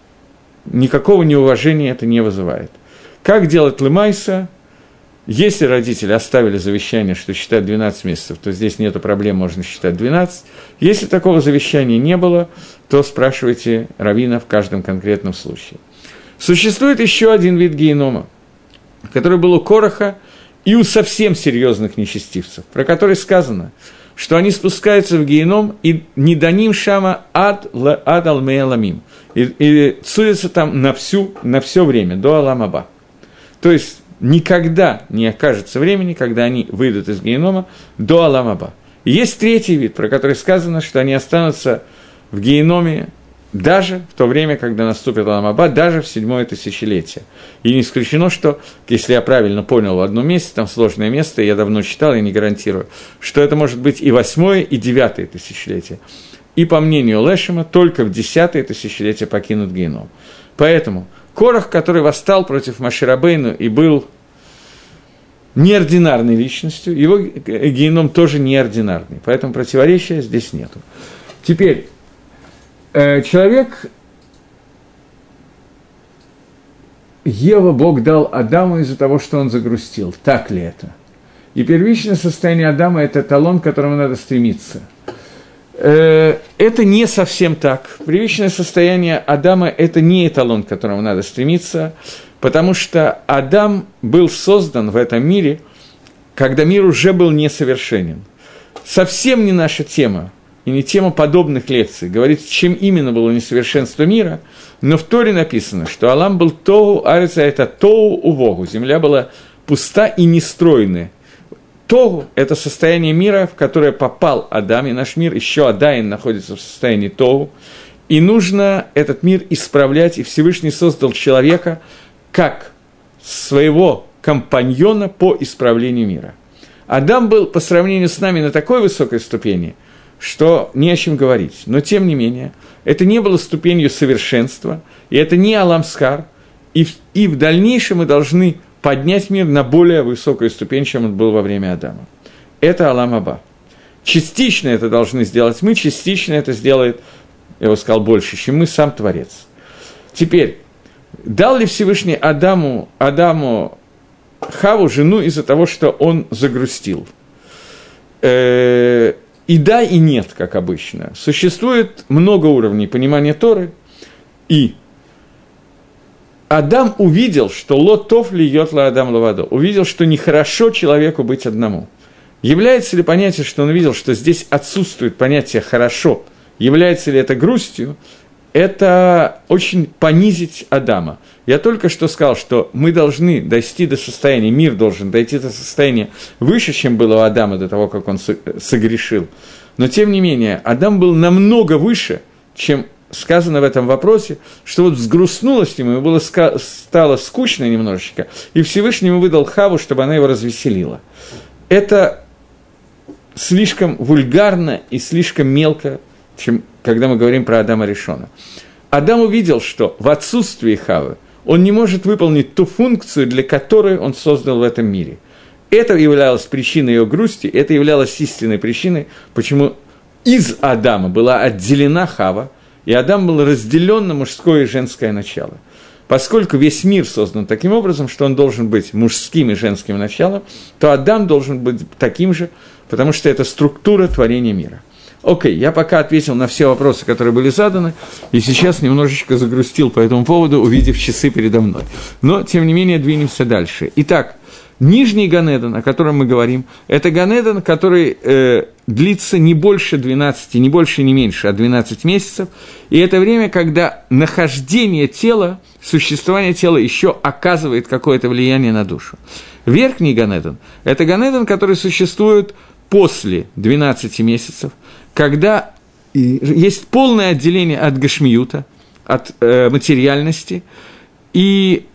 никакого неуважения это не вызывает. Как делать лемайса? Если родители оставили завещание, что считать 12 месяцев, то здесь нет проблем, можно считать 12. Если такого завещания не было, то спрашивайте раввина в каждом конкретном случае. Существует еще один вид генома, который был у Кораха и у совсем серьезных нечестивцев, про который сказано, что они спускаются в геном и не даним шама ад алмея ламим, и судятся там на все время, до аламаба. То есть никогда не окажется времени, когда они выйдут из генома до аламаба. И есть третий вид, про который сказано, что они останутся в геноме даже в то время, когда наступит Аламаба, даже в 7-е тысячелетие. И не исключено, что, если я правильно понял в одном месте, там сложное место, я давно читал, я не гарантирую, что это может быть и 8-е, и 9-е тысячелетие. И по мнению Лешема, только в 10-е тысячелетие покинут геном. Поэтому Корах, который восстал против Моше Рабейну и был неординарной личностью, его геном тоже неординарный. Поэтому противоречия здесь нету. Теперь, человек, Ева Бог дал Адаму из-за того, что он загрустил. Так ли это? И первичное состояние Адама – это эталон, к которому надо стремиться. Это не совсем так. Первичное состояние Адама – это не эталон, к которому надо стремиться, потому что Адам был создан в этом мире, когда мир уже был несовершенен. Совсем не наша тема, и не тема подобных лекций, говорит, чем именно было несовершенство мира, но в Торе написано, что Алам был Тоу, Арица – это Тоу Увогу, земля была пуста и нестройная. Тоу – это состояние мира, в которое попал Адам, и наш мир еще Адаин находится в состоянии Тоу, и нужно этот мир исправлять, и Всевышний создал человека как своего компаньона по исправлению мира. Адам был по сравнению с нами на такой высокой ступени, что не о чем говорить. Но, тем не менее, это не было ступенью совершенства, и это не Аламсхар, и в дальнейшем мы должны поднять мир на более высокую ступень, чем он был во время Адама. Это Алам Аба. частично это должны сделать мы, частично это сделает, я бы сказал, больше, чем мы, сам Творец. Теперь, дал ли Всевышний Адаму Хаву жену из-за того, что он загрустил? И да, и нет, как обычно. Существует много уровней понимания Торы, и Адам увидел, что лотов льет ла Адам лавадо, увидел, что нехорошо человеку быть одному. Является ли понятие, что он увидел, что здесь отсутствует понятие «хорошо», является ли это грустью, это очень понизить Адама. Я только что сказал, что мы должны дойти до состояния, мир должен дойти до состояния выше, чем было у Адама до того, как он согрешил. Но, тем не менее, Адам был намного выше, чем сказано в этом вопросе, что вот взгрустнулось ему, стало скучно немножечко, и Всевышний ему выдал Хаву, чтобы она его развеселила. Это слишком вульгарно и слишком мелко, чем когда мы говорим про Адама Ришона. Адам увидел, что в отсутствии Хавы он не может выполнить ту функцию, для которой он создал в этом мире. Это являлось причиной его грусти, это являлось истинной причиной, почему из Адама была отделена Хава, и Адам был разделен на мужское и женское начало. Поскольку весь мир создан таким образом, что он должен быть мужским и женским началом, то Адам должен быть таким же, потому что это структура творения мира. Окей, я пока ответил на все вопросы, которые были заданы, и сейчас немножечко загрустил по этому поводу, увидев часы передо мной. Но, тем не менее, двинемся дальше. Итак, нижний Ганеден, о котором мы говорим, это Ганеден, который длится не больше 12, не больше, не меньше, а 12 месяцев, и это время, когда нахождение тела, существование тела еще оказывает какое-то влияние на душу. Верхний Ганеден – это Ганеден, который существует после 12 месяцев, когда есть полное отделение от гашмиюта, от материальности, и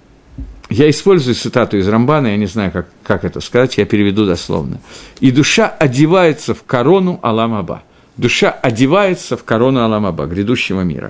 я использую цитату из Рамбана, я не знаю, как это сказать, я переведу дословно. «И душа одевается в корону Алам Аба». Душа одевается в корону Алам Аба, грядущего мира.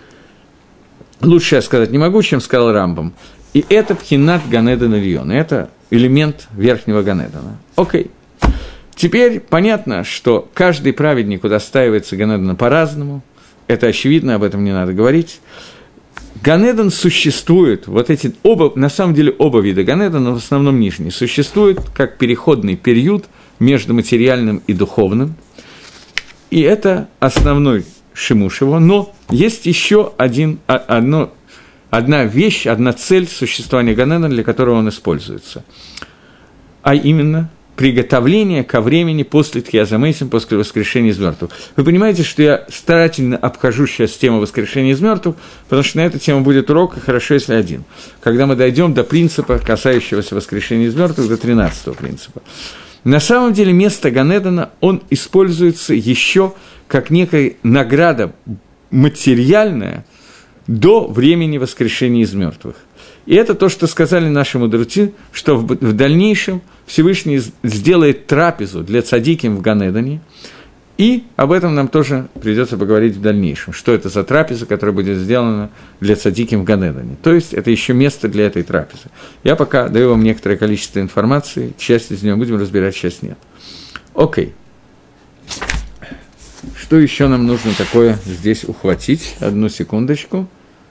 Лучше я сказать не могу, чем сказал Рамбам. И это пхинат Ганеден Ильон, это элемент верхнего Ганедена. Окей. Теперь понятно, что каждый праведник удостаивается Ганедена по-разному. Это очевидно, об этом не надо говорить. Ганеден существует, вот эти оба, на самом деле оба вида Ганедена, но в основном нижний, существует как переходный период между материальным и духовным. И это основной шимуш его, но есть еще одна вещь, одна цель существования Ганедена, для которого он используется. А именно приготовление ко времени после Тхиазамейсим, после воскрешения из мертвых. Вы понимаете, что я старательно обхожу сейчас тему воскрешения из мертвых, потому что на эту тему будет урок, и хорошо, если один. Когда мы дойдем до принципа, касающегося воскрешения из мертвых, до 13-го принципа. На самом деле место Ганедена, он используется еще как некая награда материальная до времени воскрешения из мертвых. И это то, что сказали наши мудрецы, что в дальнейшем Всевышний сделает трапезу для цадиким в Ганедане, и об этом нам тоже придется поговорить в дальнейшем, что это за трапеза, которая будет сделана для цадиким в Ганедане. То есть это еще место для этой трапезы. Я пока даю вам некоторое количество информации, часть из нее будем разбирать, часть нет. Окей. Что еще нам нужно такое здесь ухватить? Одну секундочку.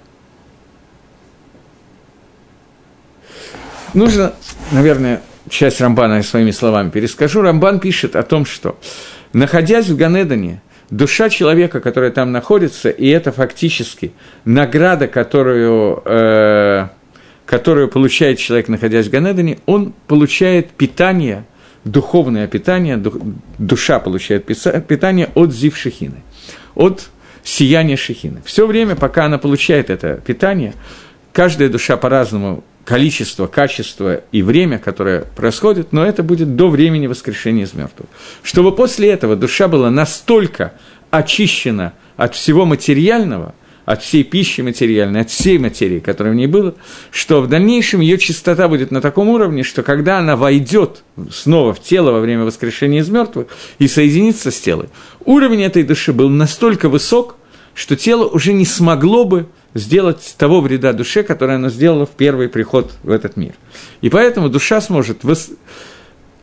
Нужно, наверное, часть Рамбана я своими словами перескажу. Рамбан пишет о том, что, находясь в Ганедане, душа человека, которая там находится, и это фактически награда, которую получает человек, находясь в Ганедане, он получает питание, духовное питание, душа получает питание от зив Шехины, от сияния Шехины. Все время, пока она получает это питание, каждая душа по-разному, количество, качество и время, которое происходит, но это будет до времени воскрешения из мертвых. Чтобы после этого душа была настолько очищена от всего материального, от всей пищи материальной, от всей материи, которая в ней была, что в дальнейшем ее чистота будет на таком уровне, что когда она войдет снова в тело во время воскрешения из мертвых и соединится с телом, уровень этой души был настолько высок, что тело уже не смогло бы сделать того вреда душе, который оно сделало в первый приход в этот мир. И поэтому душа сможет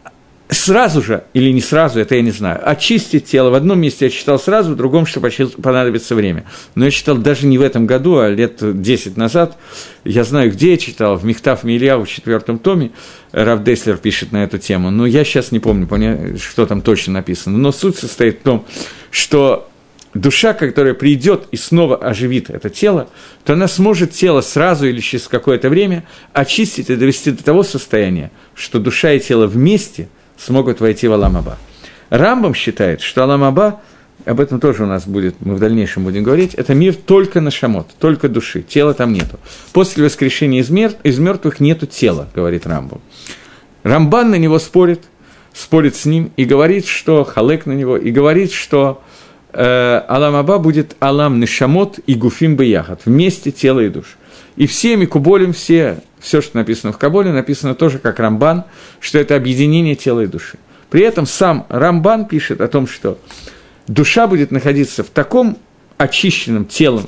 сразу же, или не сразу, это я не знаю, очистить тело. В одном месте я читал сразу, в другом, что понадобится время. Но я читал даже не в этом году, а лет 10 назад. Я знаю, где я читал, в Михтав Мильяу в 4 томе. Рав Деслер пишет на эту тему. Но я сейчас не помню, что там точно написано. Но суть состоит в том, что душа, которая придет и снова оживит это тело, то она сможет тело сразу или через какое-то время очистить и довести до того состояния, что душа и тело вместе смогут войти в Олам Аба. Рамбам считает, что Олам Аба, об этом тоже у нас будет, мы в дальнейшем будем говорить, это мир только нашамот, только души, тела там нету. После воскрешения из мертвых нету тела, говорит Рамбам. Рамбан на него спорит с ним и говорит, что халек на него, и говорит, что Олам Аба будет Олам Нешамот и Гуфим Бияхат, вместе тело и душ. И все Микуболим, все, что написано в Каболе, написано тоже как Рамбан, что это объединение тела и души. При этом сам Рамбан пишет о том, что душа будет находиться в таком очищенном телом,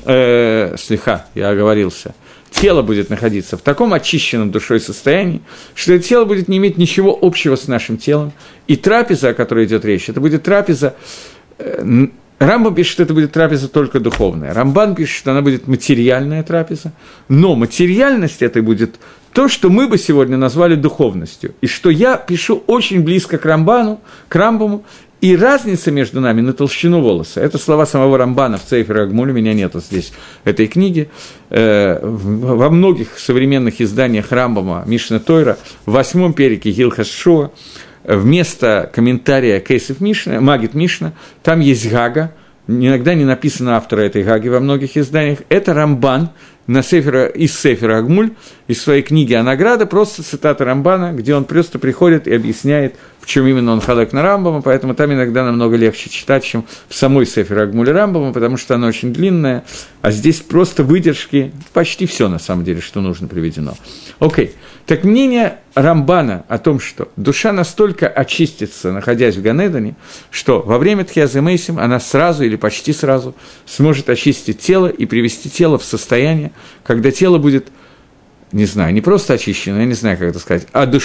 я оговорился, тело будет находиться в таком очищенном душой состоянии, что это тело будет не иметь ничего общего с нашим телом. И трапеза, о которой идет речь, это будет трапеза... Рамбам пишет, что это будет трапеза только духовная. Рамбан пишет, что она будет материальная трапеза, но материальность этой будет то, что мы бы сегодня назвали духовностью. И что я пишу очень близко к Рамбаму, и разница между нами на толщину волоса. Это слова самого Рамбана в Цейфер Агмуле, меня нету здесь этой книги. Во многих современных изданиях Рамбама Мишна Тойра в 8 перике Гилхас Шуа вместо комментария Кейсов Мишна, Магит Мишна, там есть Гага, иногда не написано автора этой Гаги во многих изданиях, это Рамбан из Сефера Агмуль, из своей книги о награде, просто цитата Рамбана, где он просто приходит и объясняет, в чем именно он халек на Рамбама, поэтому там иногда намного легче читать, чем в самой Сефер Агмуле Рамбама, потому что она очень длинная, а здесь просто выдержки, почти все на самом деле, что нужно, приведено. Окей. Так мнение Рамбана о том, что душа настолько очистится, находясь в Ганедане, что во время Тхиаза Мейсим она сразу или почти сразу сможет очистить тело и привести тело в состояние, когда тело будет, не знаю, не просто очищено, я не знаю, как это сказать,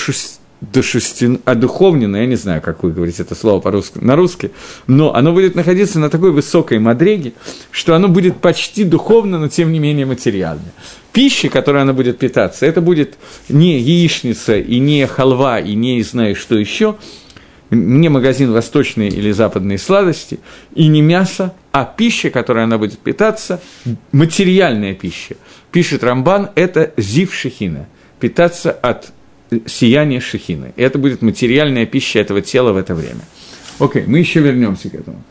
одуховнено, я не знаю, как вы говорите это слово по-русски, на русский, но оно будет находиться на такой высокой мадреге, что оно будет почти духовно, но тем не менее материально. Пища, которой она будет питаться, это будет не яичница, и не халва, и не знаю что еще, не магазин восточной или западной сладости, и не мясо, а пища, которой она будет питаться, материальная пища. Пишет Рамбан, это зив шехина, питаться от сияния шехины. И это будет материальная пища этого тела в это время. Окей, мы еще вернемся к этому.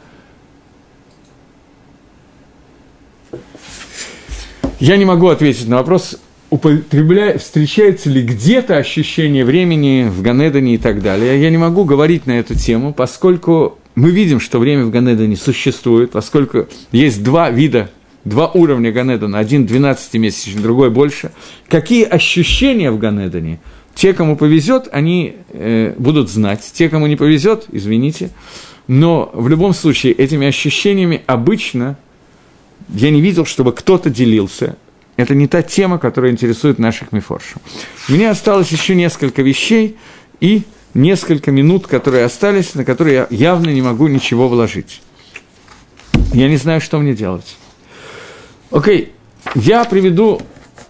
Я не могу ответить на вопрос, встречается ли где-то ощущение времени в Ганедане и так далее. Я не могу говорить на эту тему, поскольку мы видим, что время в Ганедане существует, поскольку есть два уровня Ганедана, один 12-месячный, другой больше. Какие ощущения в Ганедане? Те, кому повезет, они будут знать. Те, кому не повезет, извините. Но в любом случае этими ощущениями обычно я не видел, чтобы кто-то делился. Это не та тема, которая интересует наших мифоршим. У меня осталось еще несколько вещей и несколько минут, которые остались, на которые я явно не могу ничего вложить. Я не знаю, что мне делать. Окей, я приведу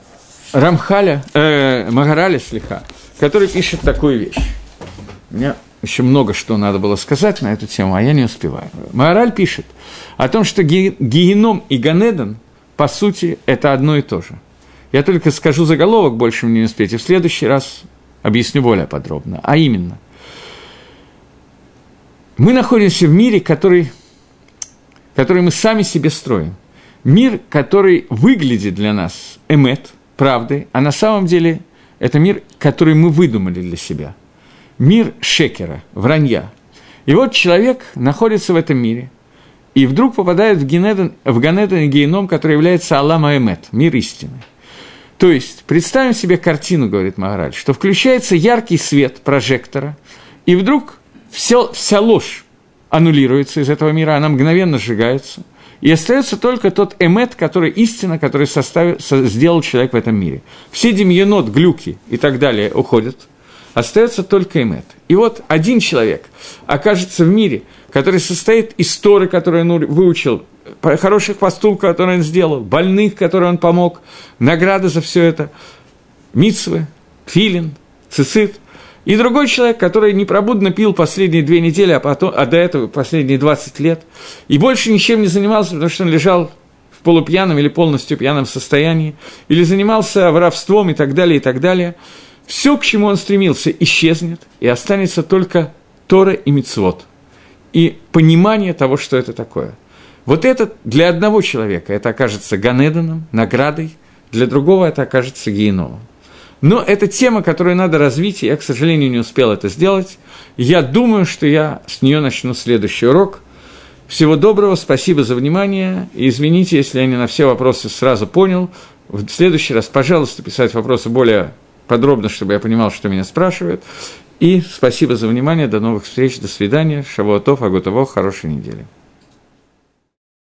Магараля, который пишет такую вещь. У меня еще много что надо было сказать на эту тему, а я не успеваю. Магараль пишет о том, что Гееном и Ганедан, по сути, это одно и то же. Я только скажу заголовок, больше мне не успеть, и в следующий раз объясню более подробно. А именно, мы находимся в мире, который мы сами себе строим. Мир, который выглядит для нас эмет, правдой, а на самом деле это мир, который мы выдумали для себя. Мир шекера, вранья. И вот человек находится в этом мире, и вдруг попадает в Ганедан и Гееном, который является Алам Аэмет, мир истины. То есть, представим себе картину, говорит Магараль, что включается яркий свет прожектора, и вдруг вся ложь аннулируется из этого мира, она мгновенно сжигается, и остается только тот эмет, истина, который сделал человек в этом мире. Все демьянот, глюки и так далее уходят, остается только эмет. И вот один человек окажется в мире, который состоит из Торы, которую он выучил, хороших поступков, которые он сделал, больных, которым он помог, награды за все это, мицвы, тфилин, цицит. И другой человек, который непробудно пил последние 2 недели, а до этого последние 20 лет, и больше ничем не занимался, потому что он лежал в полупьяном или полностью пьяном состоянии, или занимался воровством и так далее, и так далее. Все, к чему он стремился, исчезнет, и останется только Тора и мицвот, и понимание того, что это такое. Вот это для одного человека это окажется Ганеданом, наградой, для другого это окажется гееномом. Но это тема, которую надо развить, и я, к сожалению, не успел это сделать. Я думаю, что я с нее начну следующий урок. Всего доброго, спасибо за внимание, и извините, если я не на все вопросы сразу понял. В следующий раз, пожалуйста, писать вопросы более подробно, чтобы я понимал, что меня спрашивают. И спасибо за внимание, до новых встреч, до свидания, шавуа тов, агу тово, хорошей недели.